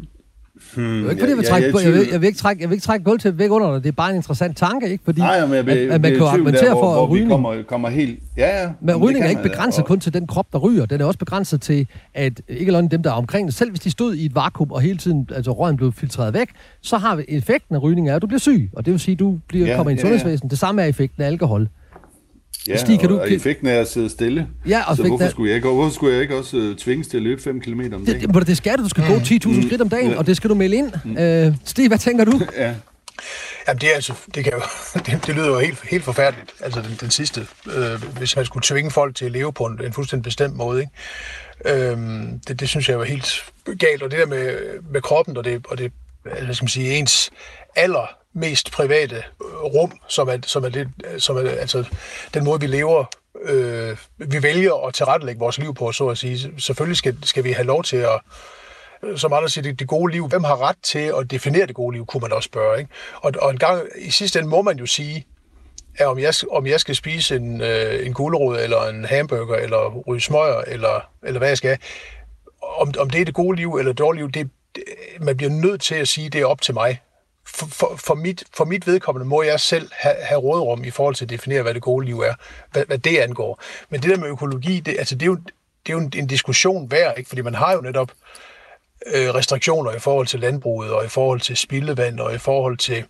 hmm, jeg, jeg, vil trække, jeg, jeg, vil, jeg vil ikke trække jeg vil ikke trække gulv til væk under dig. Det er bare en interessant tanke, ikke? Fordi nej, men jeg vil, at, at man kan argumentere der, hvor, for hvor rygning. Vi kommer, kommer helt, ja, ja, men rygning er ikke begrænset og... kun til den krop, der ryger. Den er også begrænset til, at ikke alene dem, der er omkring det. Selv hvis de stod i et vakuum, og hele tiden altså røgen blev filtreret væk, så har vi effekten af rygning er, at du bliver syg. Og det vil sige, at du bliver, ja, kommer i en ja, sundhedsvæsen. Ja. Det samme er effekten af alkohol. Ja, Stig, kan og, du... og effekten er at sidde stille. Ja, og så hvorfor, skulle jeg ikke, hvorfor skulle jeg ikke også uh, tvinges til at løbe fem kilometer om dagen? Det, det, det skal du. Du skal mm. gå ti tusind mm. skridt om dagen, mm. og det skal du melde ind. Mm. Øh, Stig, hvad tænker du? ja. Jamen, det, er altså, det, kan jo, det, det lyder jo helt, helt forfærdeligt, altså den, den sidste, øh, hvis man skulle tvinge folk til at leve på en, en fuldstændig bestemt måde, ikke? Øhm, det, det synes jeg var helt galt, og det der med, med kroppen, og det, og det hvad skal man sige, ens alder, mest private rum, som er, som er, det, som er altså den måde, vi lever, øh, vi vælger at tilrettelægge vores liv på, så at sige. Selvfølgelig skal, skal vi have lov til at, som andre siger, det, det gode liv. Hvem har ret til at definere det gode liv, kunne man også spørge, ikke? Og, og en gang, i sidste ende må man jo sige, at om jeg, om jeg skal spise en, øh, en gulerod, eller en hamburger, eller ryge smøger, eller, eller hvad jeg skal, om, om det er det gode liv, eller det dårlige liv, det, det, man bliver nødt til at sige, det er op til mig. For, for, for, mit, for mit vedkommende må jeg selv have, have rådrum i forhold til at definere, hvad det gode liv er, hvad, hvad det angår. Men det der med økologi, det, altså det er jo, det er jo en, en diskussion værd, ikke? Fordi man har jo netop øh, restriktioner i forhold til landbruget, og i forhold til spildevand, og i forhold til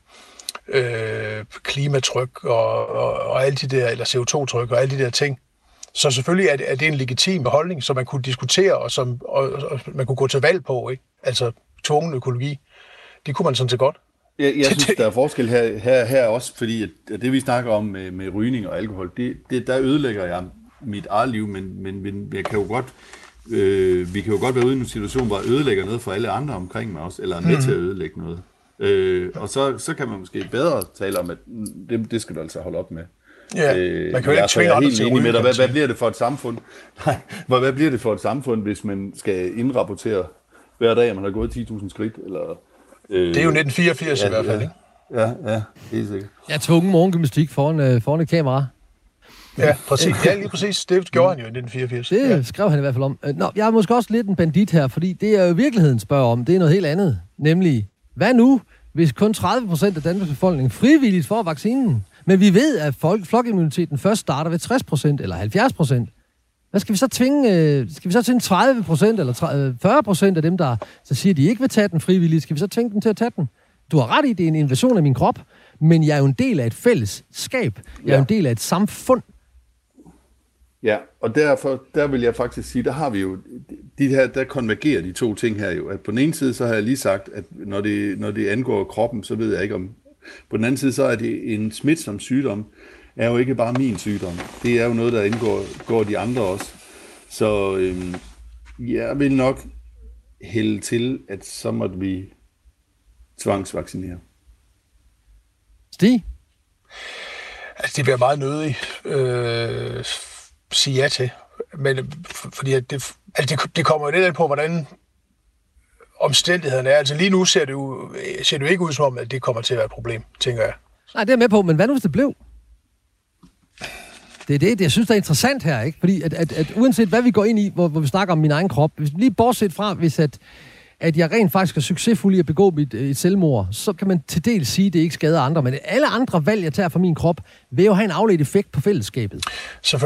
øh, klimatryk, og, og, og alle de der, eller C O to tryk, og alle de der ting. Så selvfølgelig er det, er det en legitim holdning, som man kunne diskutere, og som og, og man kunne gå til valg på, ikke? Altså tvungen økologi. Det kunne man sådan set godt. Jeg, jeg synes, der er forskel her, her, her også, fordi at det, vi snakker om med, med rygning og alkohol, det, det, der ødelægger jeg mit eget liv, men, men, men jeg kan jo godt, øh, vi kan jo godt være ude i en situation, hvor jeg ødelægger noget for alle andre omkring mig også, eller er med mm. til at ødelægge noget. Øh, og så, så kan man måske bedre tale om, at det, det skal du altså holde op med. Ja, øh, man kan jo ikke tvinge andre til at ryge. Hvad, hvad bliver det for et samfund? Nej, hvad, hvad bliver det for et samfund, hvis man skal indrapportere hver dag, at man har gået ti tusind skridt, eller... Det er jo nitten fireogfirs ja, i hvert fald, ikke? Ja, ja, helt sikkert. Jeg er tvungen morgengymnastik foran, øh, foran et kamera. Ja, præcis. Ja, lige præcis. Det gjorde han jo i nitten fireogfirs. Det ja. skrev han i hvert fald om. Nå, jeg er måske også lidt en bandit her, fordi det er jo i virkeligheden spørger om, det er noget helt andet. Nemlig, hvad nu, hvis kun tredive procent af Danmarks befolkning frivilligt får vaccinen? Men vi ved, at folk, flokimmuniteten først starter ved tres procent eller halvfjerds procent. Hvad skal vi så tvinge? Skal vi så tvinge tredive procent eller fyrre procent af dem, der så siger, at de ikke vil tage den frivilligt? Skal vi så tvinge dem til at tage den? Du har ret i, det er en invasion af min krop, men jeg er jo en del af et fællesskab. Jeg er ja. en del af et samfund. Ja, og derfor, der vil jeg faktisk sige, der har vi jo, de her, der konvergerer de to ting her jo. At på den ene side, så har jeg lige sagt, at når det, når det angår kroppen, så ved jeg ikke om... På den anden side, så er det en smitsom sygdom, er jo ikke bare min sygdom. Det er jo noget, der indgår går de andre også. Så øhm, jeg vil nok hælde til, at så måtte vi tvangsvaccinere. Stig? Altså, det bliver meget nødigt øh, sige ja til. Men fordi at det, altså det, det kommer jo lidt an på, hvordan omstændighederne er. Altså lige nu ser det jo, ser det jo ikke ud som om, at det kommer til at være et problem, tænker jeg. Nej, det er jeg med på, men hvad nu, hvis det blev? Det er det, jeg synes, der er interessant her, ikke? Fordi at, at, at uanset hvad vi går ind i, hvor, hvor vi snakker om min egen krop, hvis lige bortset fra, hvis at, at jeg rent faktisk er succesfuld i at begå mit, et selvmord, så kan man til dels sige, at det ikke skader andre. Men alle andre valg, jeg tager for min krop, vil jo have en afledt effekt på fællesskabet. Selvfølgelig.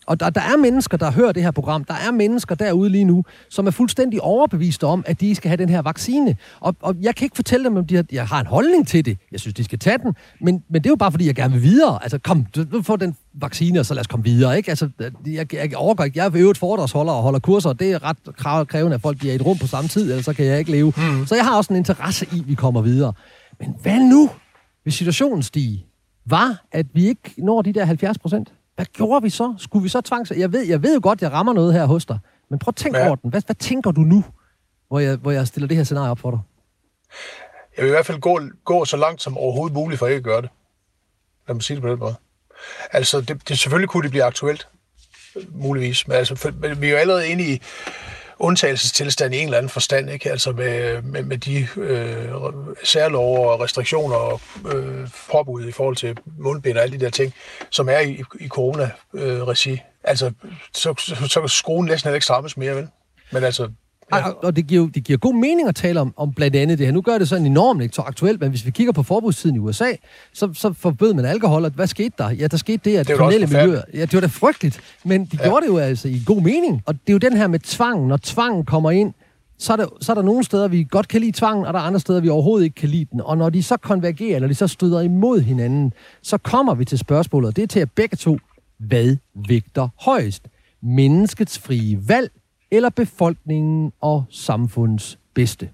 Og der, der er mennesker, der hører det her program. Der er mennesker derude lige nu, som er fuldstændig overbeviste om, at de skal have den her vaccine. Og, og jeg kan ikke fortælle dem, om de har, jeg har en holdning til det. Jeg synes, de skal tage den. Men, men det er jo bare, fordi jeg gerne vil videre. Altså, kom, du får den vaccine, og så lad os komme videre, ikke? Altså, jeg, jeg overgår ikke. Jeg er øvrigt foredragsholder og holder kurser, og det er ret krævende, at folk de er i et rum på samme tid, ellers så kan jeg ikke leve. Mm. Så jeg har også en interesse i, at vi kommer videre. Men hvad nu, hvis situationen stiger, var, at vi ikke når de der halvfjerds procent? Hvad gjorde vi så? Skulle vi så tvangs... Jeg ved, jeg ved jo godt, jeg rammer noget her hos dig. Men prøv at tænke ja. over den. Hvad, hvad tænker du nu, hvor jeg, hvor jeg stiller det her scenarie op for dig? Jeg vil i hvert fald gå, gå så langt som overhovedet muligt for ikke at gøre det. Lad mig sige det på den måde. Altså, det, det, selvfølgelig kunne det blive aktuelt. Muligvis. Men altså, for, vi er jo allerede inde i undtagelsestilstand i en eller anden forstand, ikke? Altså med, med, med de øh, særlove og restriktioner og øh, påbud i forhold til mundbind og alle de der ting, som er i, i corona-regi. Øh, altså, så, så, så kan skruen næsten heller ikke strammes mere, vel? Men altså... Ja. Og det giver, det giver god mening at tale om, om blandt andet det her. Nu gør det sådan enormt ikke så aktuelt, men hvis vi kigger på forbudstiden i U S A, så, så forbød man alkohol, og hvad skete der? Ja, der skete det, at det kriminelle miljøer... Ja, det var da frygteligt, men de ja. gjorde det jo altså i god mening. Og det er jo den her med tvang. Når tvangen kommer ind, så er, der, så er der nogle steder, vi godt kan lide tvangen, og der er andre steder, vi overhovedet ikke kan lide den. Og når de så konvergerer, eller de så støder imod hinanden, så kommer vi til spørgsmålet, og det er til at begge to, hvad vægter højst? Menneskets frie valg, eller befolkningen og samfundets bedste?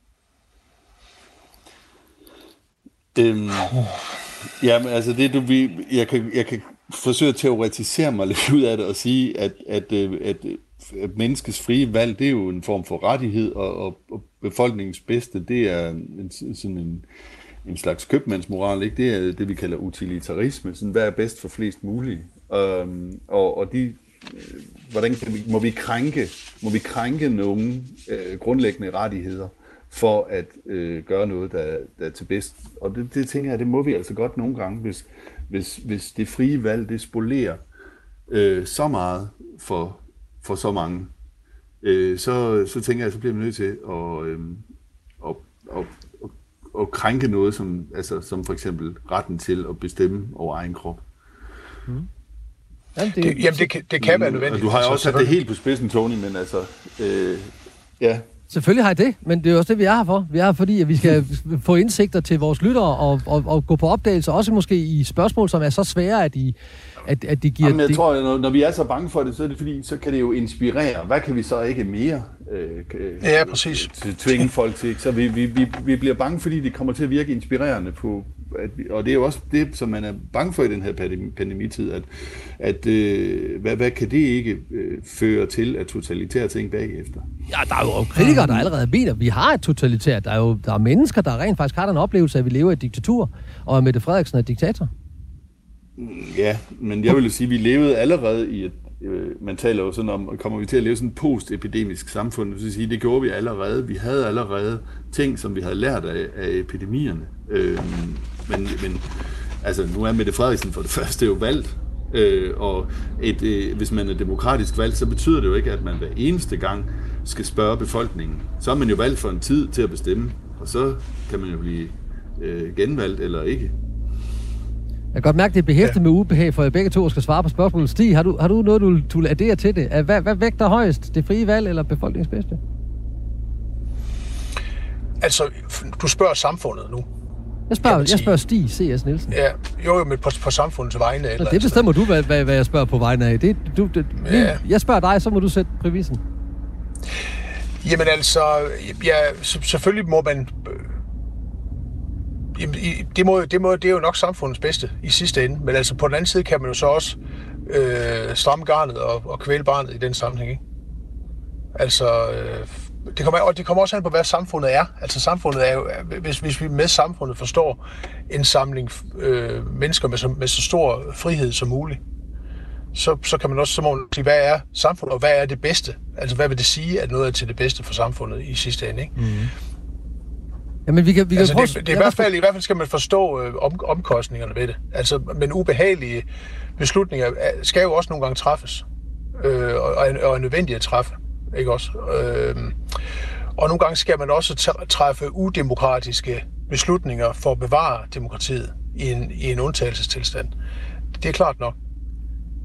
Øhm, jamen, altså det du vi, jeg kan jeg kan forsøge at teoretisere mig lidt ud af det og sige, at at, at, at, at menneskets frie valg, det er jo en form for rettighed, og, og, og befolkningens bedste, det er en, sådan en en slags købmandsmoral, ikke? Det er det vi kalder utilitarisme, sådan hvad er bedst for flest muligt, øhm, og og de hvordan kan vi, må vi krænke, må vi krænke nogle øh, grundlæggende rettigheder for at øh, gøre noget, der, der er til bedst. Og det, det tænker jeg, det må vi altså godt nogle gange, hvis, hvis, hvis det frie valg, det spolerer øh, så meget for, for så mange. Øh, så, så tænker jeg, så bliver man nødt til at, øh, at, at, at, at krænke noget, som, altså, som for eksempel retten til at bestemme over egen krop. Mm. Jamen, det, det, jamen, det, kan, det kan være nødvendigt. Du har jo også sat det helt på spidsen, Tony, men altså, øh, ja. Selvfølgelig har jeg det, men det er også det, vi er her for. Vi er her, fordi at vi skal få indsigter til vores lyttere og, og, og gå på opdagelse, også måske i spørgsmål, som er så svære, at de, at, at de giver... Jamen, jeg det... tror, når, når vi er så bange for det, så er det fordi, så kan det jo inspirere. Hvad kan vi så ikke mere øh, ja, præcis. tvinge folk til? Så vi, vi, vi, vi bliver bange, fordi det kommer til at virke inspirerende på... At vi, og det er jo også det, som man er bange for i den her pandemitid, at, at øh, hvad, hvad kan det ikke øh, føre til af totalitære ting bagefter? Ja, der er jo kritikere, der allerede mener, at vi har et totalitært. Der er jo der er mennesker, der rent faktisk har den oplevelse, at vi lever i et diktatur, og at Mette Frederiksen er diktator. Ja, men jeg vil jo sige, at vi levede allerede i et, øh, man taler jo sådan om, kommer vi til at leve sådan et post-epidemisk samfund, det vil sige, det gjorde vi allerede. Vi havde allerede ting, som vi havde lært af, af epidemierne. Øh, men, men altså, nu er Mette Frederiksen for det første jo valgt, øh, og et, øh, hvis man er demokratisk valgt, så betyder det jo ikke, at man hver eneste gang skal spørge befolkningen. Så er man jo valgt for en tid til at bestemme, og så kan man jo blive øh, genvalgt eller ikke. Jeg kan godt mærke, det er behæftet ja. med ubehag, for jeg begge to skal svare på spørgsmålet. Stig, har du, har du noget, du, du vil addere til det? Hvad, hvad vægter højst? Det frie valg eller befolkningens bedste? Altså, du spørger samfundet nu. Jeg spørger, jeg spørger Stig C S. Nielsen. Ja, jo, jo, men på, på samfundets vegne. Eller det bestemmer altså. du, hvad, hvad, hvad jeg spørger på vegne af. Det, du, det, ja. Jeg spørger dig, så må du sætte præmissen. Jamen altså, ja, selvfølgelig må man... Jamen, det, må, det, må, det er jo nok samfundets bedste i sidste ende, men altså på den anden side kan man jo så også øh, stramme garnet og, og kvæle barnet i den sammenhæng, ikke? Altså, øh, det kommer, og det kommer også an på, hvad samfundet er. Altså samfundet er jo, hvis, hvis vi med samfundet forstår en samling øh, mennesker med så, med så stor frihed som muligt, så, så kan man også så må man sige, hvad er samfundet, og hvad er det bedste? Altså, hvad vil det sige, at noget er til det bedste for samfundet i sidste ende, ikke? Mm-hmm. Jamen, vi kan, vi kan altså, prøve... det, det er i, hvert fald, i hvert fald skal man forstå øh, om, omkostningerne ved det. Altså, men ubehagelige beslutninger skal jo også nogle gange træffes. Øh, og, og er nødvendige at træffe. Ikke også? Øh, og nogle gange skal man også træffe udemokratiske beslutninger for at bevare demokratiet i en, i en undtagelsestilstand. Det er klart nok.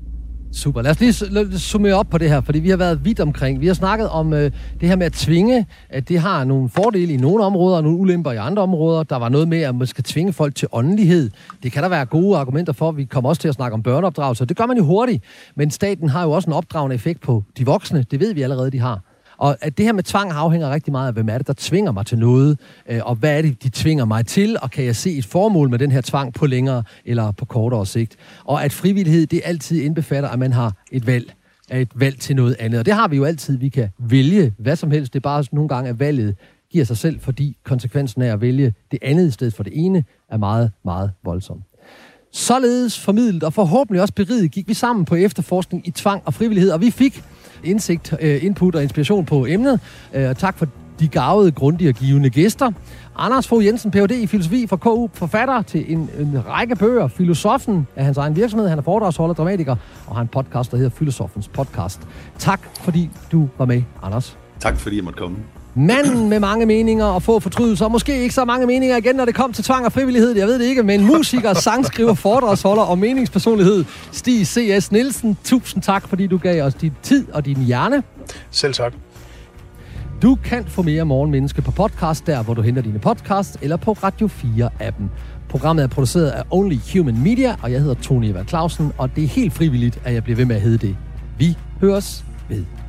Super. Lad os lige summere op på det her, fordi vi har været vidt omkring. Vi har snakket om øh, det her med at tvinge, at det har nogle fordele i nogle områder, og nogle ulemper i andre områder. Der var noget med, at man skal tvinge folk til åndelighed. Det kan der være gode argumenter for. Vi kommer også til at snakke om børneopdragelse. Det gør man jo hurtigt, men staten har jo også en opdragende effekt på de voksne. Det ved vi allerede, de har. Og at det her med tvang afhænger rigtig meget af, hvem er det, der tvinger mig til noget, og hvad er det, de tvinger mig til, og kan jeg se et formål med den her tvang på længere eller på kortere sigt. Og at frivillighed, det altid indbefatter, at man har et valg, et valg til noget andet. Og det har vi jo altid, vi kan vælge hvad som helst. Det er bare nogle gange, at valget giver sig selv, fordi konsekvensen af at vælge det andet i stedet for det ene, er meget, meget voldsom. Således formidlet og forhåbentlig også beriget gik vi sammen på efterforskning i tvang og frivillighed, og vi fik indsigt, input og inspiration på emnet. Tak for de garvede, grundige og givende gæster. Anders Fogh Jensen, P H D i filosofi fra K U, forfatter til en, en række bøger. Filosofen er hans egen virksomhed. Han er foredragsholder, dramatiker, og har en podcast, der hedder Filosofens Podcast. Tak, fordi du var med, Anders. Tak, fordi jeg måtte komme. Manden med mange meninger og få fortrydelser, og måske ikke så mange meninger igen, når det kom til tvang og frivillighed, jeg ved det ikke, men musiker, sangskriver, foredragsholder og meningspersonlighed, Stig C S. Nielsen. Tusind tak, fordi du gav os din tid og din hjerne. Selv tak. Du kan få mere Morgenmenneske på podcast, der hvor du henter dine podcasts, eller på Radio fire-appen. Programmet er produceret af Only Human Media, og jeg hedder Tony Evald Clausen, og det er helt frivilligt, at jeg bliver ved med at hedde det. Vi høres ved.